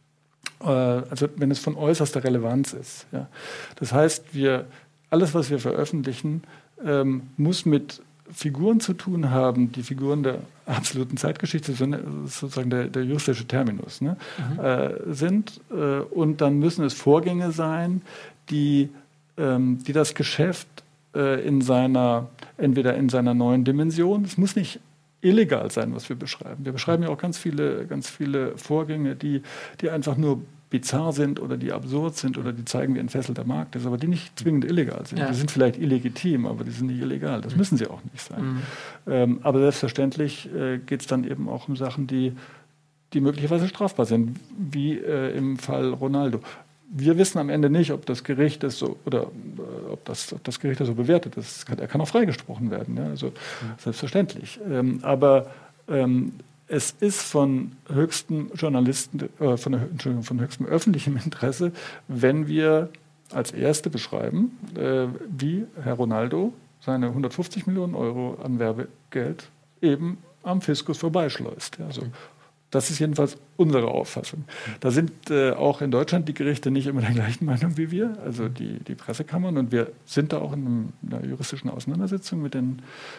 äh, also wenn es von äußerster Relevanz ist. Ja. Das heißt, wir, alles, was wir veröffentlichen, ähm, muss mit Figuren zu tun haben, die Figuren der absoluten Zeitgeschichte, sozusagen der, der juristische Terminus, ne, mhm. äh, sind. Äh, und dann müssen es Vorgänge sein, die, ähm, die das Geschäft in seiner, entweder in seiner neuen Dimension, es muss nicht illegal sein, was wir beschreiben. Wir beschreiben ja auch ganz viele, ganz viele Vorgänge, die, die einfach nur bizarr sind oder die absurd sind oder die zeigen, wie entfesselt der Markt ist, aber die nicht zwingend illegal sind. Ja. Die sind vielleicht illegitim, aber die sind nicht illegal. Das mhm. müssen sie auch nicht sein. Mhm. Ähm, aber selbstverständlich äh, geht es dann eben auch um Sachen, die, die möglicherweise strafbar sind, wie äh, im Fall Ronaldo. Wir wissen am Ende nicht, ob das Gericht es so oder äh, ob, das, ob das Gericht das so bewertet. Das kann, er kann auch freigesprochen werden, ja? Also mhm. selbstverständlich. Ähm, aber ähm, es ist von höchstem Journalisten, äh, von, Entschuldigung, von höchstem öffentlichem Interesse, wenn wir als Erste beschreiben, äh, wie Herr Ronaldo seine hundertfünfzig Millionen Euro an Werbegeld eben am Fiskus vorbeischleust. Ja? Also, mhm. Das ist jedenfalls unsere Auffassung. Da sind äh, auch in Deutschland die Gerichte nicht immer der gleichen Meinung wie wir, also die, die Pressekammern. Und wir sind da auch in, einem, in einer juristischen Auseinandersetzung mit, den,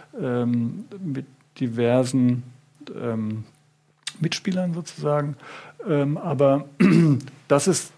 ähm, mit diversen ähm, Mitspielern sozusagen. Ähm, aber das ist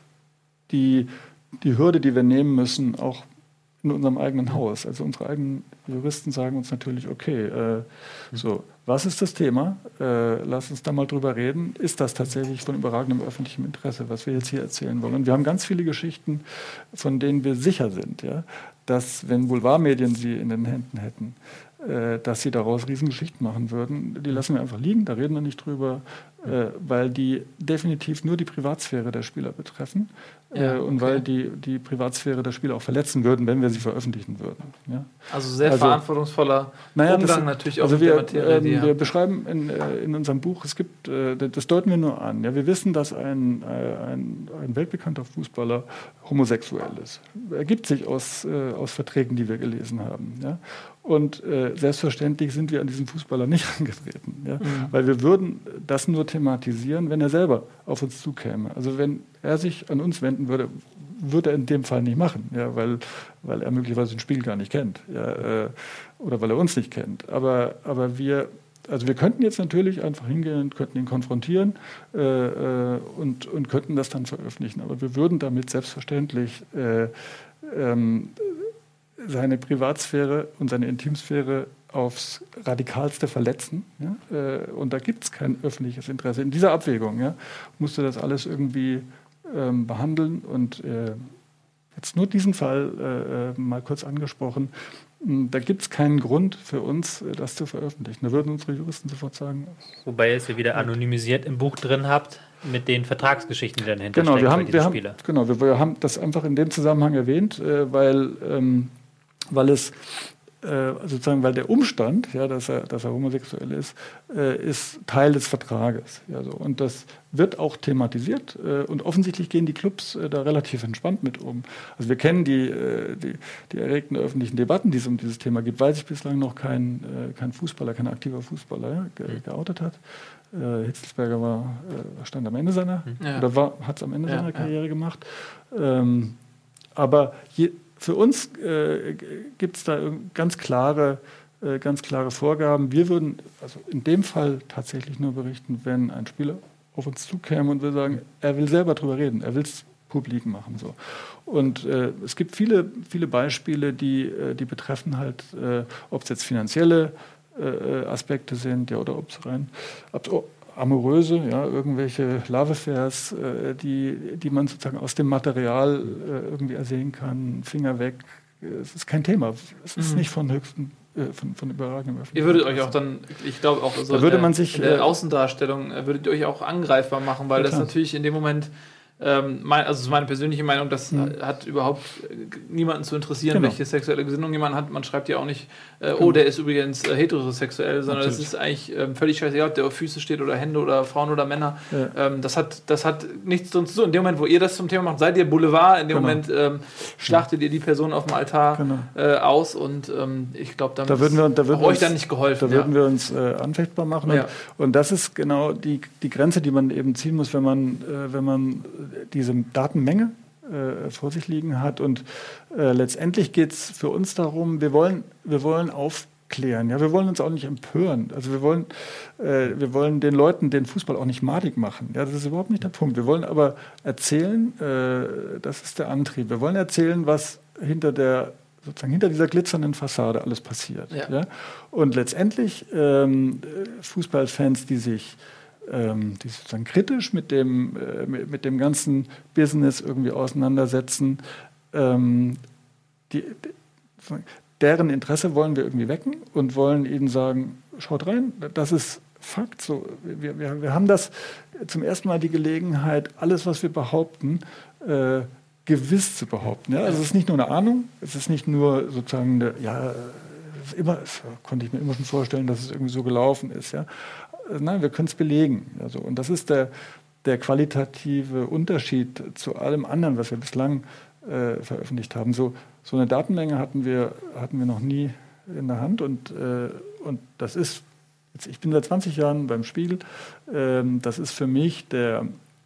die, die Hürde, die wir nehmen müssen, auch in unserem eigenen Haus. Also unsere eigenen Juristen sagen uns natürlich, okay, äh, so, was ist das Thema? Äh, lass uns da mal drüber reden. Ist das tatsächlich von überragendem öffentlichem Interesse, was wir jetzt hier erzählen wollen? Und wir haben ganz viele Geschichten, von denen wir sicher sind, ja, dass, wenn Boulevardmedien sie in den Händen hätten, äh, dass sie daraus Riesengeschichten machen würden. Die lassen wir einfach liegen, da reden wir nicht drüber, äh, weil die definitiv nur die Privatsphäre der Spieler betreffen. Ja, okay. Und weil die die Privatsphäre der Spieler auch verletzen würden, wenn wir sie veröffentlichen würden. Ja? Also sehr also, verantwortungsvoller naja, Umgang das, natürlich auch also mit wir, der Materie. Ähm, die wir beschreiben in, äh, in unserem Buch, es gibt, äh, das deuten wir nur an. Ja? Wir wissen, dass ein, äh, ein, ein weltbekannter Fußballer homosexuell ist. Ergibt sich aus, äh, aus Verträgen, die wir gelesen haben. Ja? Und äh, selbstverständlich sind wir an diesen Fußballer nicht angetreten. Ja? Mhm. Weil wir würden das nur thematisieren, wenn er selber auf uns zukäme. Also wenn er sich an uns wenden würde, würde er in dem Fall nicht machen, ja, weil, weil er möglicherweise ein Spiel gar nicht kennt, ja, äh, oder weil er uns nicht kennt. Aber, aber wir, also wir könnten jetzt natürlich einfach hingehen, könnten ihn konfrontieren äh, äh, und, und könnten das dann veröffentlichen. Aber wir würden damit selbstverständlich äh, ähm, seine Privatsphäre und seine Intimsphäre aufs Radikalste verletzen. Ja? Äh, und da gibt es kein öffentliches Interesse. In dieser Abwägung ja, musste das alles irgendwie ähm, behandeln. Und äh, jetzt nur diesen Fall äh, mal kurz angesprochen. Da gibt es keinen Grund für uns, das zu veröffentlichen. Da würden unsere Juristen sofort sagen. Wobei ihr es ja wieder anonymisiert im Buch drin habt, mit den Vertragsgeschichten, die dann hinterstecken genau, wir haben, bei wir haben, Spieler. Genau, wir, wir haben das einfach in dem Zusammenhang erwähnt, äh, weil, ähm, weil es äh, sozusagen, weil der Umstand, ja, dass er, dass er homosexuell ist, äh, ist Teil des Vertrages. Ja, so. Und das wird auch thematisiert äh, und offensichtlich gehen die Clubs äh, da relativ entspannt mit um. Also wir kennen die, äh, die, die erregten öffentlichen Debatten, die es um dieses Thema gibt, weil sich bislang noch kein, äh, kein Fußballer, kein aktiver Fußballer ja, ge mhm. geoutet hat. Äh, Hitzelsberger war, äh, stand am Ende seiner, ja. oder hat es am Ende ja, seiner Karriere ja. gemacht. Ähm, aber je, für uns äh, gibt es da ganz klare, äh, ganz klare Vorgaben. Wir würden also in dem Fall tatsächlich nur berichten, wenn ein Spieler auf uns zukäme und wir sagen, er will selber drüber reden, er will es publik machen. So. Und äh, es gibt viele, viele Beispiele, die, äh, die betreffen halt, äh, ob es jetzt finanzielle äh, Aspekte sind, ja, oder ob es rein ob, amoröse, ja, irgendwelche Love Affairs, äh, die, die man sozusagen aus dem Material äh, irgendwie ersehen kann, Finger weg. Es ist kein Thema. Es ist mhm. nicht von höchsten Von, von überragendem Ihr würdet euch auch dann, ich glaube auch so da würde man sich, in der Außendarstellung, würdet ihr euch auch angreifbar machen, weil ja, das natürlich in dem Moment, ähm, mein, also das ist meine persönliche Meinung, das mhm. hat überhaupt niemanden zu interessieren, genau. welche sexuelle Gesinnung jemand hat. Man schreibt ja auch nicht, äh, genau. oh, der ist übrigens äh, heterosexuell, sondern es ist eigentlich ähm, völlig scheißegal, ob der auf Füße steht oder Hände oder Frauen oder Männer. Ja. Ähm, das, hat, das hat nichts zu uns zu tun. In dem Moment, wo ihr das zum Thema macht, seid ihr Boulevard. In dem genau. Moment ähm, schlachtet ihr die Person auf dem Altar genau. äh, aus und ähm, ich glaube, damit da würden wir, da würden euch uns, dann nicht geholfen. Da ja. würden wir uns äh, anfechtbar machen. Ja. Und, und das ist genau die, die Grenze, die man eben ziehen muss, wenn man, äh, wenn man diese Datenmenge äh, vor sich liegen hat. Und äh, letztendlich geht es für uns darum, wir wollen, wir wollen aufklären. Ja? Wir wollen uns auch nicht empören. Also wir wollen, äh, wir wollen den Leuten den Fußball auch nicht madig machen. Ja? Das ist überhaupt nicht der Punkt. Wir wollen aber erzählen, äh, das ist der Antrieb. Wir wollen erzählen, was hinter der sozusagen hinter dieser glitzernden Fassade alles passiert. Ja. Ja? Und letztendlich ähm, Fußballfans, die sich ähm, die sozusagen kritisch mit dem, äh, mit, mit dem ganzen Business irgendwie auseinandersetzen, ähm, die, die, deren Interesse wollen wir irgendwie wecken und wollen ihnen sagen, schaut rein, das ist Fakt. So, wir, wir, wir haben das zum ersten Mal die Gelegenheit, alles, was wir behaupten, äh, gewiss zu behaupten. Ja? Also es ist nicht nur eine Ahnung, es ist nicht nur sozusagen eine, ja, es ist immer, das konnte ich mir immer schon vorstellen, dass es irgendwie so gelaufen ist. Ja? Nein, wir können es belegen. Also, und das ist der, der qualitative Unterschied zu allem anderen, was wir bislang äh, veröffentlicht haben. So, so eine Datenmenge hatten wir, hatten wir noch nie in der Hand und, äh, und das ist, jetzt, ich bin seit zwanzig Jahren beim Spiegel, äh, das ist für mich der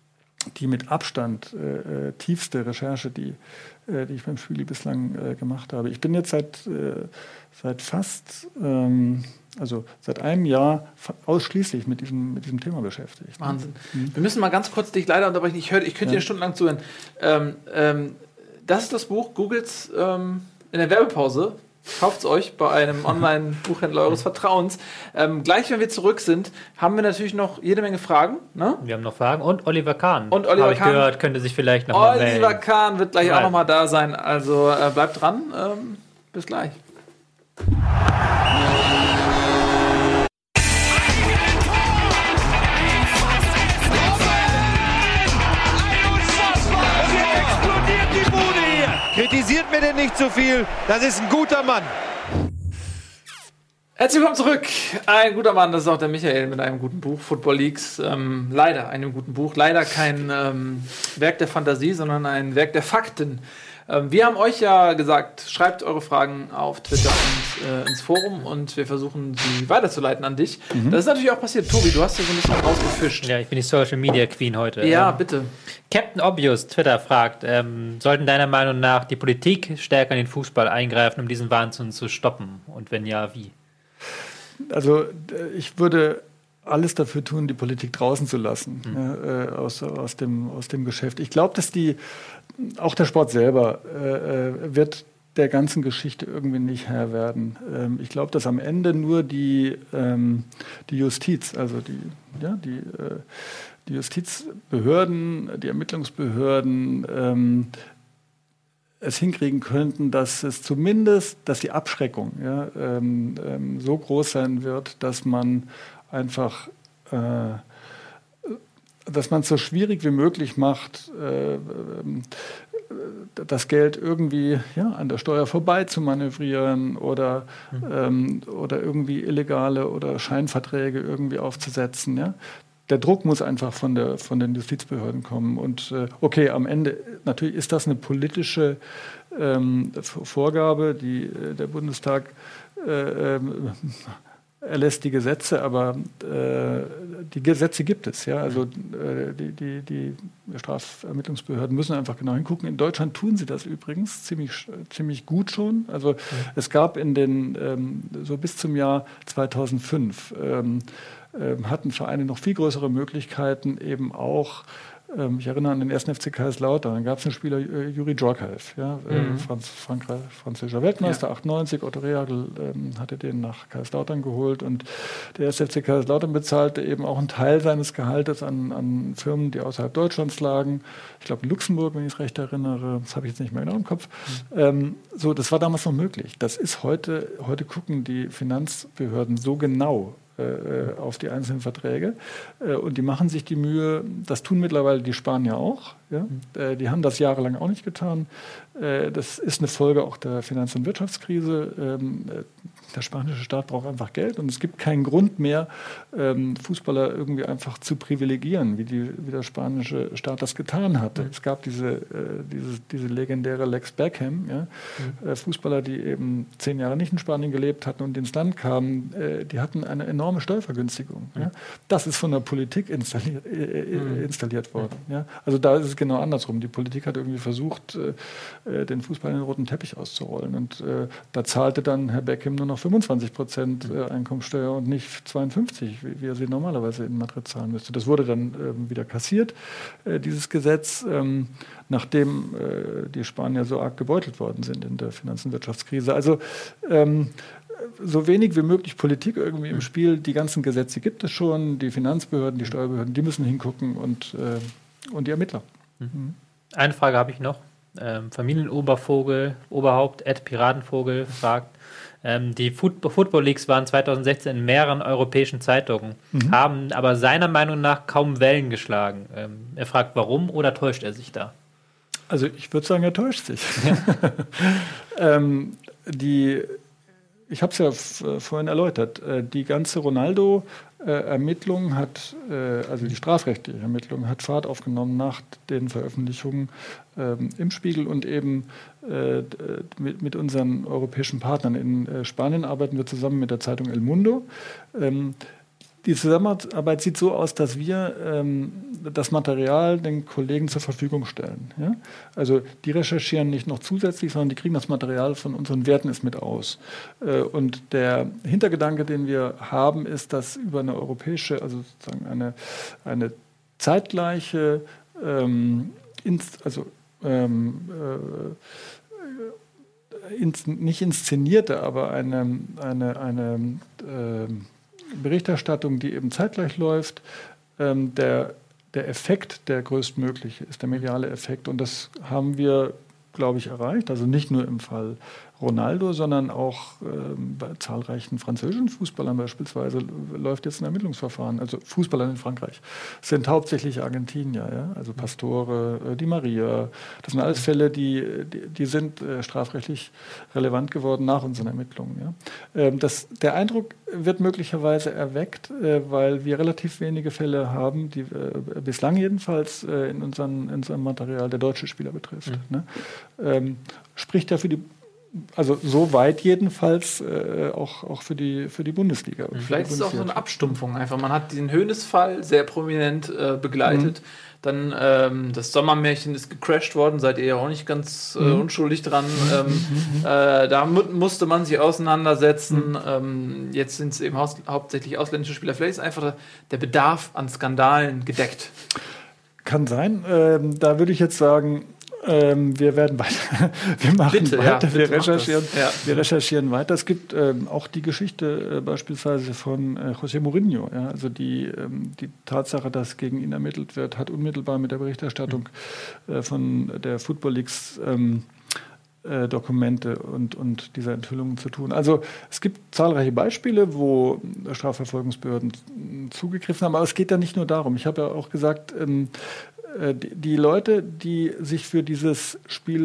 die mit Abstand äh, tiefste Recherche, die, äh, die ich beim Spiegel bislang äh, gemacht habe. Ich bin jetzt seit, äh, seit fast, ähm, also seit einem Jahr ausschließlich mit diesem, mit diesem Thema beschäftigt. Wahnsinn. Mhm. Wir müssen mal ganz kurz dich leider unterbrechen. Ich, hör, ich könnte ja. dir stundenlang zuhören. Ähm, ähm, das ist das Buch, googelt ähm, in der Werbepause. Kauft es euch bei einem Online-Buchhändler eures Vertrauens. Ähm, gleich, wenn wir zurück sind, haben wir natürlich noch jede Menge Fragen. Ne? Wir haben noch Fragen. Und Oliver Kahn. Und Oliver Habe ich Kahn. gehört, könnte sich vielleicht noch mal melden. Oliver Kahn wird gleich Nein. auch noch mal da sein. Also äh, bleibt dran. Ähm, bis gleich. Kritisiert mir denn nicht zu viel, das ist ein guter Mann. Herzlich willkommen zurück. Ein guter Mann, das ist auch der Michael mit einem guten Buch, Football Leagues. Ähm, leider einem guten Buch. Leider kein ähm, Werk der Fantasie, sondern ein Werk der Fakten. Ähm, wir haben euch ja gesagt, schreibt eure Fragen auf Twitter und äh, ins Forum und wir versuchen, sie weiterzuleiten an dich. Mhm. Das ist natürlich auch passiert. Tobi, du hast ja so ein bisschen rausgefischt. Ja, ich bin die Social Media Queen heute. Ja, ähm, bitte. Captain Obvious, Twitter, fragt, ähm, sollten deiner Meinung nach die Politik stärker in den Fußball eingreifen, um diesen Wahnsinn zu stoppen? Und wenn ja, wie? Also ich würde alles dafür tun, die Politik draußen zu lassen, mhm. äh, aus, aus, dem, aus dem Geschäft. Ich glaube, dass die, auch der Sport selber, äh, wird der ganzen Geschichte irgendwie nicht Herr werden. Ähm, ich glaube, dass am Ende nur die, ähm, die Justiz, also die, ja, die, äh, die Justizbehörden, die Ermittlungsbehörden, ähm, es hinkriegen könnten, dass es zumindest, dass die Abschreckung ja, ähm, ähm, so groß sein wird, dass man einfach, äh, dass man es so schwierig wie möglich macht, äh, das Geld irgendwie ja, an der Steuer vorbei zu manövrieren oder, mhm. ähm, oder irgendwie illegale oder Scheinverträge irgendwie aufzusetzen. Ja? Der Druck muss einfach von, der, von den Justizbehörden kommen. Und äh, okay, am Ende natürlich ist das eine politische ähm, Vorgabe, die äh, der Bundestag äh, äh, erlässt die Gesetze, aber äh, die Gesetze gibt es. Ja? Also äh, die, die, die Strafermittlungsbehörden müssen einfach genau hingucken. In Deutschland tun sie das übrigens ziemlich, ziemlich gut schon. Also mhm. es gab in den, ähm, so bis zum Jahr zweitausendfünf, ähm, äh, hatten Vereine noch viel größere Möglichkeiten, eben auch ich erinnere an den ersten F C Kaiserslautern. Dann gab es einen Spieler, äh, Juri Djorkaeff, ja, mhm. Franz, Frankreich, französischer Weltmeister, ja. achtundneunzig. Otto Rehagel ähm, hatte den nach Kaiserslautern geholt. Und der erste F C Kaiserslautern bezahlte eben auch einen Teil seines Gehaltes an, an Firmen, die außerhalb Deutschlands lagen. Ich glaube in Luxemburg, wenn ich es recht erinnere. Das habe ich jetzt nicht mehr genau im Kopf. Mhm. Ähm, so, das war damals noch möglich. Das ist heute, heute gucken die Finanzbehörden so genau äh, auf die einzelnen Verträge. Äh, und die machen sich die Mühe, das tun mittlerweile die Spanier auch. Ja? Mhm. Äh, die haben das jahrelang auch nicht getan. Äh, das ist eine Folge auch der Finanz- und Wirtschaftskrise. Ähm, der spanische Staat braucht einfach Geld und es gibt keinen Grund mehr, ähm, Fußballer irgendwie einfach zu privilegieren, wie, die, wie der spanische Staat das getan hatte. Mhm. Es gab diese, äh, diese, diese legendäre Lex Beckham, ja? mhm. äh, Fußballer, die eben zehn Jahre nicht in Spanien gelebt hatten und ins Land kamen, äh, die hatten eine enorme Steuervergünstigung. Mhm. Ja? Das ist von der Politik installiert, äh, mhm. installiert worden. Mhm. Ja? Also da ist es genau andersrum. Die Politik hat irgendwie versucht, äh, den Fußball in den roten Teppich auszurollen und äh, da zahlte dann Herr Beckham nur noch fünfundzwanzig Prozent Einkommensteuer und nicht zweiundfünfzig, wie, wie er sie normalerweise in Madrid zahlen müsste. Das wurde dann ähm, wieder kassiert, äh, dieses Gesetz, ähm, nachdem äh, die Spanier so arg gebeutelt worden sind in der Finanz- und Wirtschaftskrise. Also ähm, so wenig wie möglich Politik irgendwie im Spiel. Die ganzen Gesetze gibt es schon, die Finanzbehörden, die Steuerbehörden, die müssen hingucken und, äh, und die Ermittler. Mhm. Eine Frage habe ich noch. Ähm, Familienobervogel, Oberhaupt, Ed Piratenvogel fragt, ähm, die Foot- Football Leagues waren zweitausendsechzehn in mehreren europäischen Zeitungen, mhm. haben aber seiner Meinung nach kaum Wellen geschlagen. Ähm, er fragt, warum oder täuscht er sich da? Also ich würde sagen, er täuscht sich. Ja. ähm, die, ich habe es ja f- vorhin erläutert, äh, die ganze Ronaldo Äh, Ermittlung hat, äh, also die strafrechtliche Ermittlung hat Fahrt aufgenommen nach den Veröffentlichungen ähm, im Spiegel und eben äh, mit, mit unseren europäischen Partnern. In äh, Spanien arbeiten wir zusammen mit der Zeitung El Mundo. Ähm, die Zusammenarbeit sieht so aus, dass wir ähm, das Material den Kollegen zur Verfügung stellen. Ja? Also die recherchieren nicht noch zusätzlich, sondern die kriegen das Material von unseren Werten ist mit aus. Äh, und der Hintergedanke, den wir haben, ist, dass über eine europäische, also sozusagen eine, eine zeitgleiche, ähm, inst, also ähm, äh, ins, nicht inszenierte, aber eine, eine, eine äh, Berichterstattung, die eben zeitgleich läuft, ähm, der, der Effekt, der größtmögliche ist, der mediale Effekt. Und das haben wir, glaube ich, erreicht. Also nicht nur im Fall Ronaldo, sondern auch ähm, bei zahlreichen französischen Fußballern beispielsweise läuft jetzt ein Ermittlungsverfahren. Also Fußballer in Frankreich sind hauptsächlich Argentinier, ja? Also Pastore, äh, Di Maria. Das sind alles Fälle, die, die, die sind äh, strafrechtlich relevant geworden nach unseren Ermittlungen. Ja? Ähm, das, der Eindruck wird möglicherweise erweckt, äh, weil wir relativ wenige Fälle haben, die äh, bislang jedenfalls äh, in, unseren, in unserem Material der deutsche Spieler betrifft. Mhm. Ne? Ähm, spricht ja für die Also so weit jedenfalls äh, auch, auch für, die, für die Bundesliga. Vielleicht ist es auch so eine Abstumpfung einfach. Man hat den Hoeneß-Fall sehr prominent äh, begleitet. Mhm. Dann ähm, das Sommermärchen ist gecrashed worden, seid ihr ja auch nicht ganz äh, unschuldig dran. Ähm, mhm. äh, da mu- musste man sich auseinandersetzen. Mhm. Ähm, jetzt sind es eben haus- hauptsächlich ausländische Spieler. Vielleicht ist einfach der Bedarf an Skandalen gedeckt. Kann sein. Ähm, da würde ich jetzt sagen, Ähm, wir werden weiter, wir machen bitte, weiter, ja, wir, recherchieren, ja. wir recherchieren weiter. Es gibt ähm, auch die Geschichte äh, beispielsweise von äh, José Mourinho. Ja? Also die, ähm, die Tatsache, dass gegen ihn ermittelt wird, hat unmittelbar mit der Berichterstattung mhm. äh, von der Football Leagues ähm, äh, Dokumente und, und dieser Enthüllungen zu tun. Also es gibt zahlreiche Beispiele, wo Strafverfolgungsbehörden zugegriffen haben, aber es geht ja nicht nur darum. Ich habe ja auch gesagt, ähm, Die, die Leute, die sich für dieses Spiel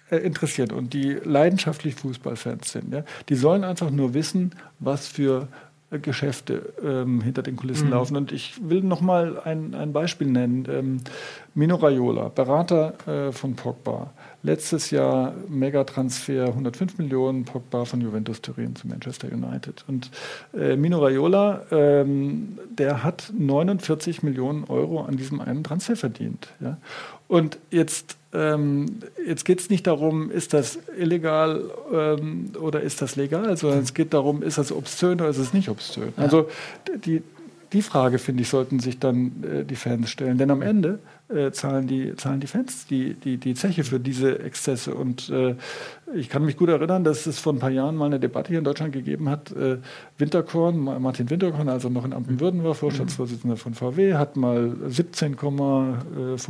äh, interessiert und die leidenschaftlich Fußballfans sind, ja, die sollen einfach nur wissen, was für äh, Geschäfte ähm, hinter den Kulissen mhm. laufen. Und ich will noch mal ein, ein Beispiel nennen. Ähm, Mino Raiola, Berater äh, von Pogba. Letztes Jahr Megatransfer, hundertfünf Millionen, Pogba von Juventus Turin zu Manchester United. Und äh, Mino Raiola, ähm, der hat neunundvierzig Millionen Euro an diesem einen Transfer verdient. Ja? Und jetzt, ähm, jetzt geht es nicht darum, ist das illegal ähm, oder ist das legal, sondern es geht darum, ist das obszön oder ist es nicht obszön. Ja. Also die, die Frage, finde ich, sollten sich dann äh, die Fans stellen. Denn am Ende äh, zahlen, die, zahlen die Fans die, die, die Zeche für diese Exzesse. Und äh, ich kann mich gut erinnern, dass es vor ein paar Jahren mal eine Debatte hier in Deutschland gegeben hat. Äh, Winterkorn, Martin Winterkorn, als er noch in Amten-Würden war, Vorstandsvorsitzender von V W, hat mal siebzehn Komma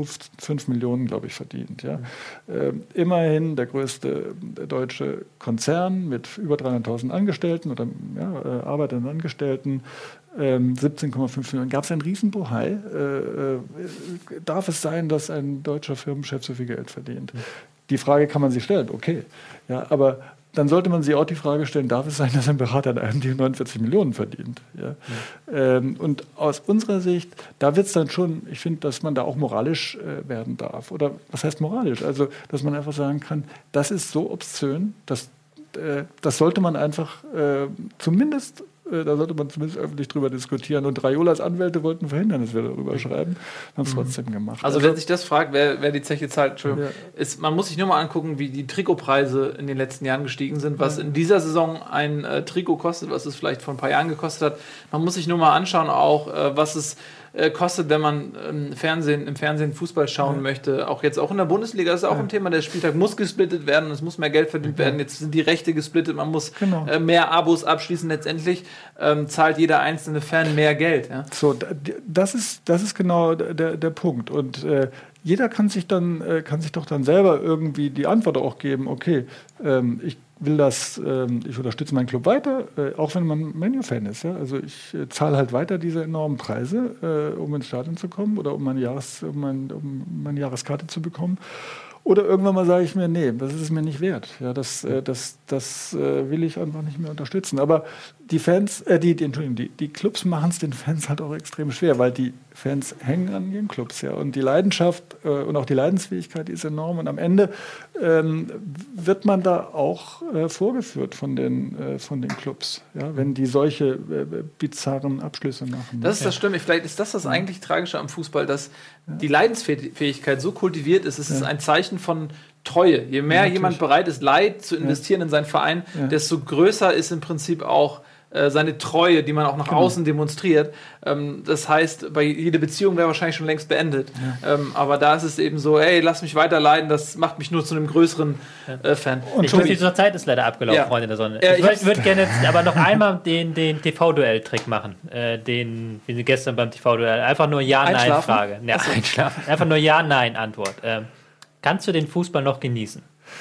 fünf Millionen, glaube ich, verdient. Ja. Äh, immerhin der größte deutsche Konzern mit über dreihunderttausend Angestellten oder ja, äh, arbeitenden Angestellten. Ähm, siebzehn Komma fünf Millionen. Gab es einen Riesenbohai? Äh, äh, darf es sein, dass ein deutscher Firmenchef so viel Geld verdient? Mhm. Die Frage kann man sich stellen, okay. Ja, aber dann sollte man sich auch die Frage stellen, darf es sein, dass ein Berater in einem die neunundvierzig Millionen verdient? Ja? Mhm. Ähm, und aus unserer Sicht, da wird es dann schon, ich finde, dass man da auch moralisch äh, werden darf. Oder was heißt moralisch? Also, dass man einfach sagen kann, das ist so obszön, dass, äh, das sollte man einfach äh, zumindest da sollte man zumindest öffentlich drüber diskutieren. Und Raiolas Anwälte wollten verhindern, dass wir darüber schreiben. Haben es mhm. trotzdem gemacht. Also, also, wer sich das fragt, wer, wer die Zeche zahlt, Entschuldigung, ja. ist, man muss sich nur mal angucken, wie die Trikotpreise in den letzten Jahren gestiegen sind, was ja. in dieser Saison ein äh, Trikot kostet, was es vielleicht vor ein paar Jahren gekostet hat. Man muss sich nur mal anschauen, auch äh, was es äh, kostet, wenn man ähm, Fernsehen, im Fernsehen Fußball schauen ja. möchte. Auch jetzt auch in der Bundesliga ist auch ja. ein Thema. Der Spieltag muss gesplittet werden, es muss mehr Geld verdient ja. werden. Jetzt sind die Rechte gesplittet, man muss genau. äh, mehr Abos abschließen. Letztendlich ähm, zahlt jeder einzelne Fan mehr Geld. Ja? So, das ist, das ist genau der, der Punkt. Und äh, jeder kann sich dann äh, kann sich doch dann selber irgendwie die Antwort auch geben, okay, ähm, ich will das, ähm, ich unterstütze meinen Club weiter, äh, auch wenn man Man U-Fan ist. Ja? Also ich äh, zahle halt weiter diese enormen Preise, äh, um ins Stadion zu kommen oder um meine, Jahres, um, mein, um meine Jahreskarte zu bekommen. Oder irgendwann mal sage ich mir, nee, das ist es mir nicht wert. Ja, das äh, das, das äh, will ich einfach nicht mehr unterstützen. Aber die Fans, äh, die, die, Entschuldigung, die, die Clubs machen es den Fans halt auch extrem schwer, weil die Fans hängen an ihren Clubs. Ja. Und die Leidenschaft äh, und auch die Leidensfähigkeit ist enorm. Und am Ende ähm, wird man da auch äh, vorgeführt von den, äh, von den Clubs, ja, wenn die solche äh, bizarren Abschlüsse machen. Das ist das Schlimme. Vielleicht ist das das ja. eigentlich Tragische am Fußball, dass ja. die Leidensfähigkeit so kultiviert ist. Es ist ja. ein Zeichen von Treue. Je mehr ja, jemand bereit ist, Leid zu investieren ja. in seinen Verein, ja. desto größer ist im Prinzip auch äh, seine Treue, die man auch nach genau. außen demonstriert. Ähm, das heißt, bei jede Beziehung wäre wahrscheinlich schon längst beendet. Ja. Ähm, aber da ist es eben so, ey, lass mich weiter leiden, das macht mich nur zu einem größeren äh, Fan. Und ich finde, die Zeit ist leider abgelaufen, ja. Freunde der Sonne. Äh, ich würde würd gerne jetzt aber noch einmal den, den T V-Duell-Trick machen. Äh, den, wie gestern beim T V-Duell. Einfach nur Ja-Nein-Frage. Ja, einschlafen. Einfach nur Ja-Nein-Antwort. Ähm, Kannst du den Fußball noch genießen?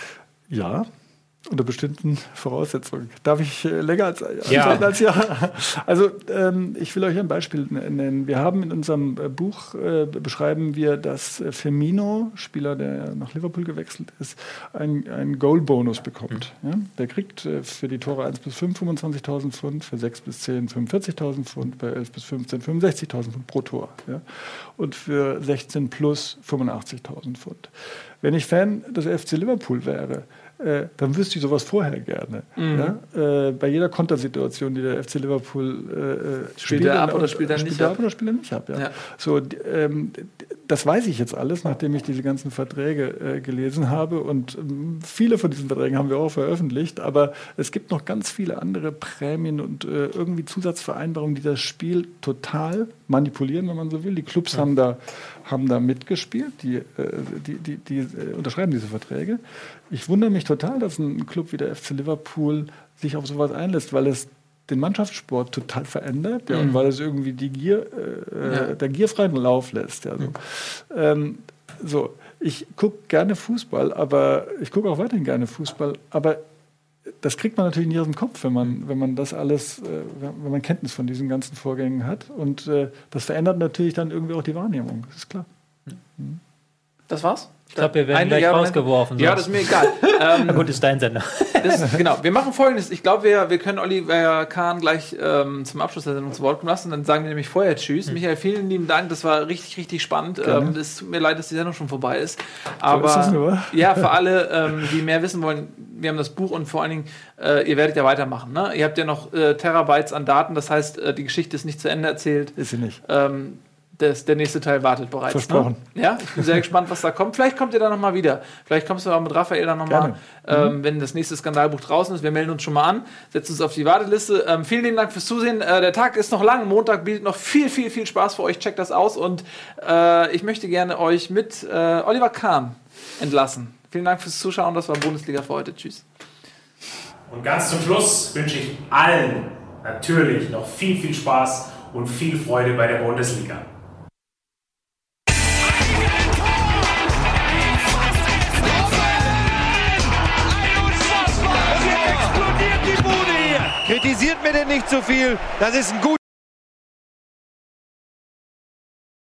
Ja, unter bestimmten Voraussetzungen. Darf ich äh, länger als, ja. als ja? Also ähm, ich will euch ein Beispiel nennen. Wir haben in unserem äh, Buch äh, beschreiben wir, dass äh, Firmino, Spieler, der nach Liverpool gewechselt ist, einen Goal-Bonus bekommt. Mhm. Ja? Der kriegt äh, für die Tore eins bis fünf fünfundzwanzigtausend Pfund, für sechs bis zehn fünfundvierzigtausend Pfund, bei elf bis fünfzehn fünfundsechzigtausend Pfund pro Tor. Ja? Und für sechzehn plus fünfundachtzigtausend Pfund. Wenn ich Fan des F C Liverpool wäre, Äh, dann wüsste ich sowas vorher gerne. Mhm. Ja? Äh, bei jeder Kontersituation, die der F C Liverpool äh, spielt, er ab oder spielt er nicht ab? ab oder spielt er nicht ab. Ja. Ja. So, ähm, das weiß ich jetzt alles, nachdem ich diese ganzen Verträge äh, gelesen habe. Und ähm, viele von diesen Verträgen haben wir auch veröffentlicht. Aber es gibt noch ganz viele andere Prämien und äh, irgendwie Zusatzvereinbarungen, die das Spiel total manipulieren, wenn man so will. Die Clubs ja. haben da haben da mitgespielt, die, äh, die, die, die äh, unterschreiben diese Verträge. Ich wundere mich total, dass ein Club wie der F C Liverpool sich auf sowas einlässt, weil es den Mannschaftssport total verändert ja, mhm. und weil es irgendwie die Gier, äh, ja. der gierfreien Lauf lässt. Ja, so. Mhm. Ähm, so, ich gucke gerne Fußball, aber ich gucke auch weiterhin gerne Fußball, aber das kriegt man natürlich nicht aus dem Kopf, wenn man, wenn man das alles, äh, wenn man Kenntnis von diesen ganzen Vorgängen hat. Und äh, das verändert natürlich dann irgendwie auch die Wahrnehmung, das ist klar. Mhm. Das war's? Ich glaube, wir werden Ein gleich Jahr- rausgeworfen. Ja, das ist mir egal. ähm, Na gut, ist dein Sender. Das, genau, wir machen Folgendes. Ich glaube, wir, wir können Oliver Kahn gleich ähm, zum Abschluss der Sendung zu Wort kommen lassen. Dann sagen wir nämlich vorher Tschüss. Mhm. Michael, vielen lieben Dank. Das war richtig, richtig spannend. Ähm, es tut mir leid, dass die Sendung schon vorbei ist. Aber so ist das nur. Ja, für alle, ähm, die mehr wissen wollen, wir haben das Buch und vor allen Dingen, äh, ihr werdet ja weitermachen. Ne? Ihr habt ja noch äh, Terabytes an Daten. Das heißt, äh, die Geschichte ist nicht zu Ende erzählt. Ist sie nicht. Ähm, Das, der nächste Teil wartet bereits. Versprochen. Ne? Ja, ich bin sehr gespannt, was da kommt. Vielleicht kommt ihr da nochmal wieder. Vielleicht kommst du auch mit Raphael dann nochmal, ähm, mhm. wenn das nächste Skandalbuch draußen ist. Wir melden uns schon mal an, setzen uns auf die Warteliste. Ähm, vielen lieben Dank fürs Zusehen. Äh, der Tag ist noch lang. Montag bietet noch viel, viel, viel Spaß für euch. Checkt das aus. Und äh, ich möchte gerne euch mit äh, Oliver Kahn entlassen. Vielen Dank fürs Zuschauen. Das war Bundesliga für heute. Tschüss. Und ganz zum Schluss wünsche ich allen natürlich noch viel, viel Spaß und viel Freude bei der Bundesliga. Kritisiert mir denn nicht zu viel. Das ist ein guter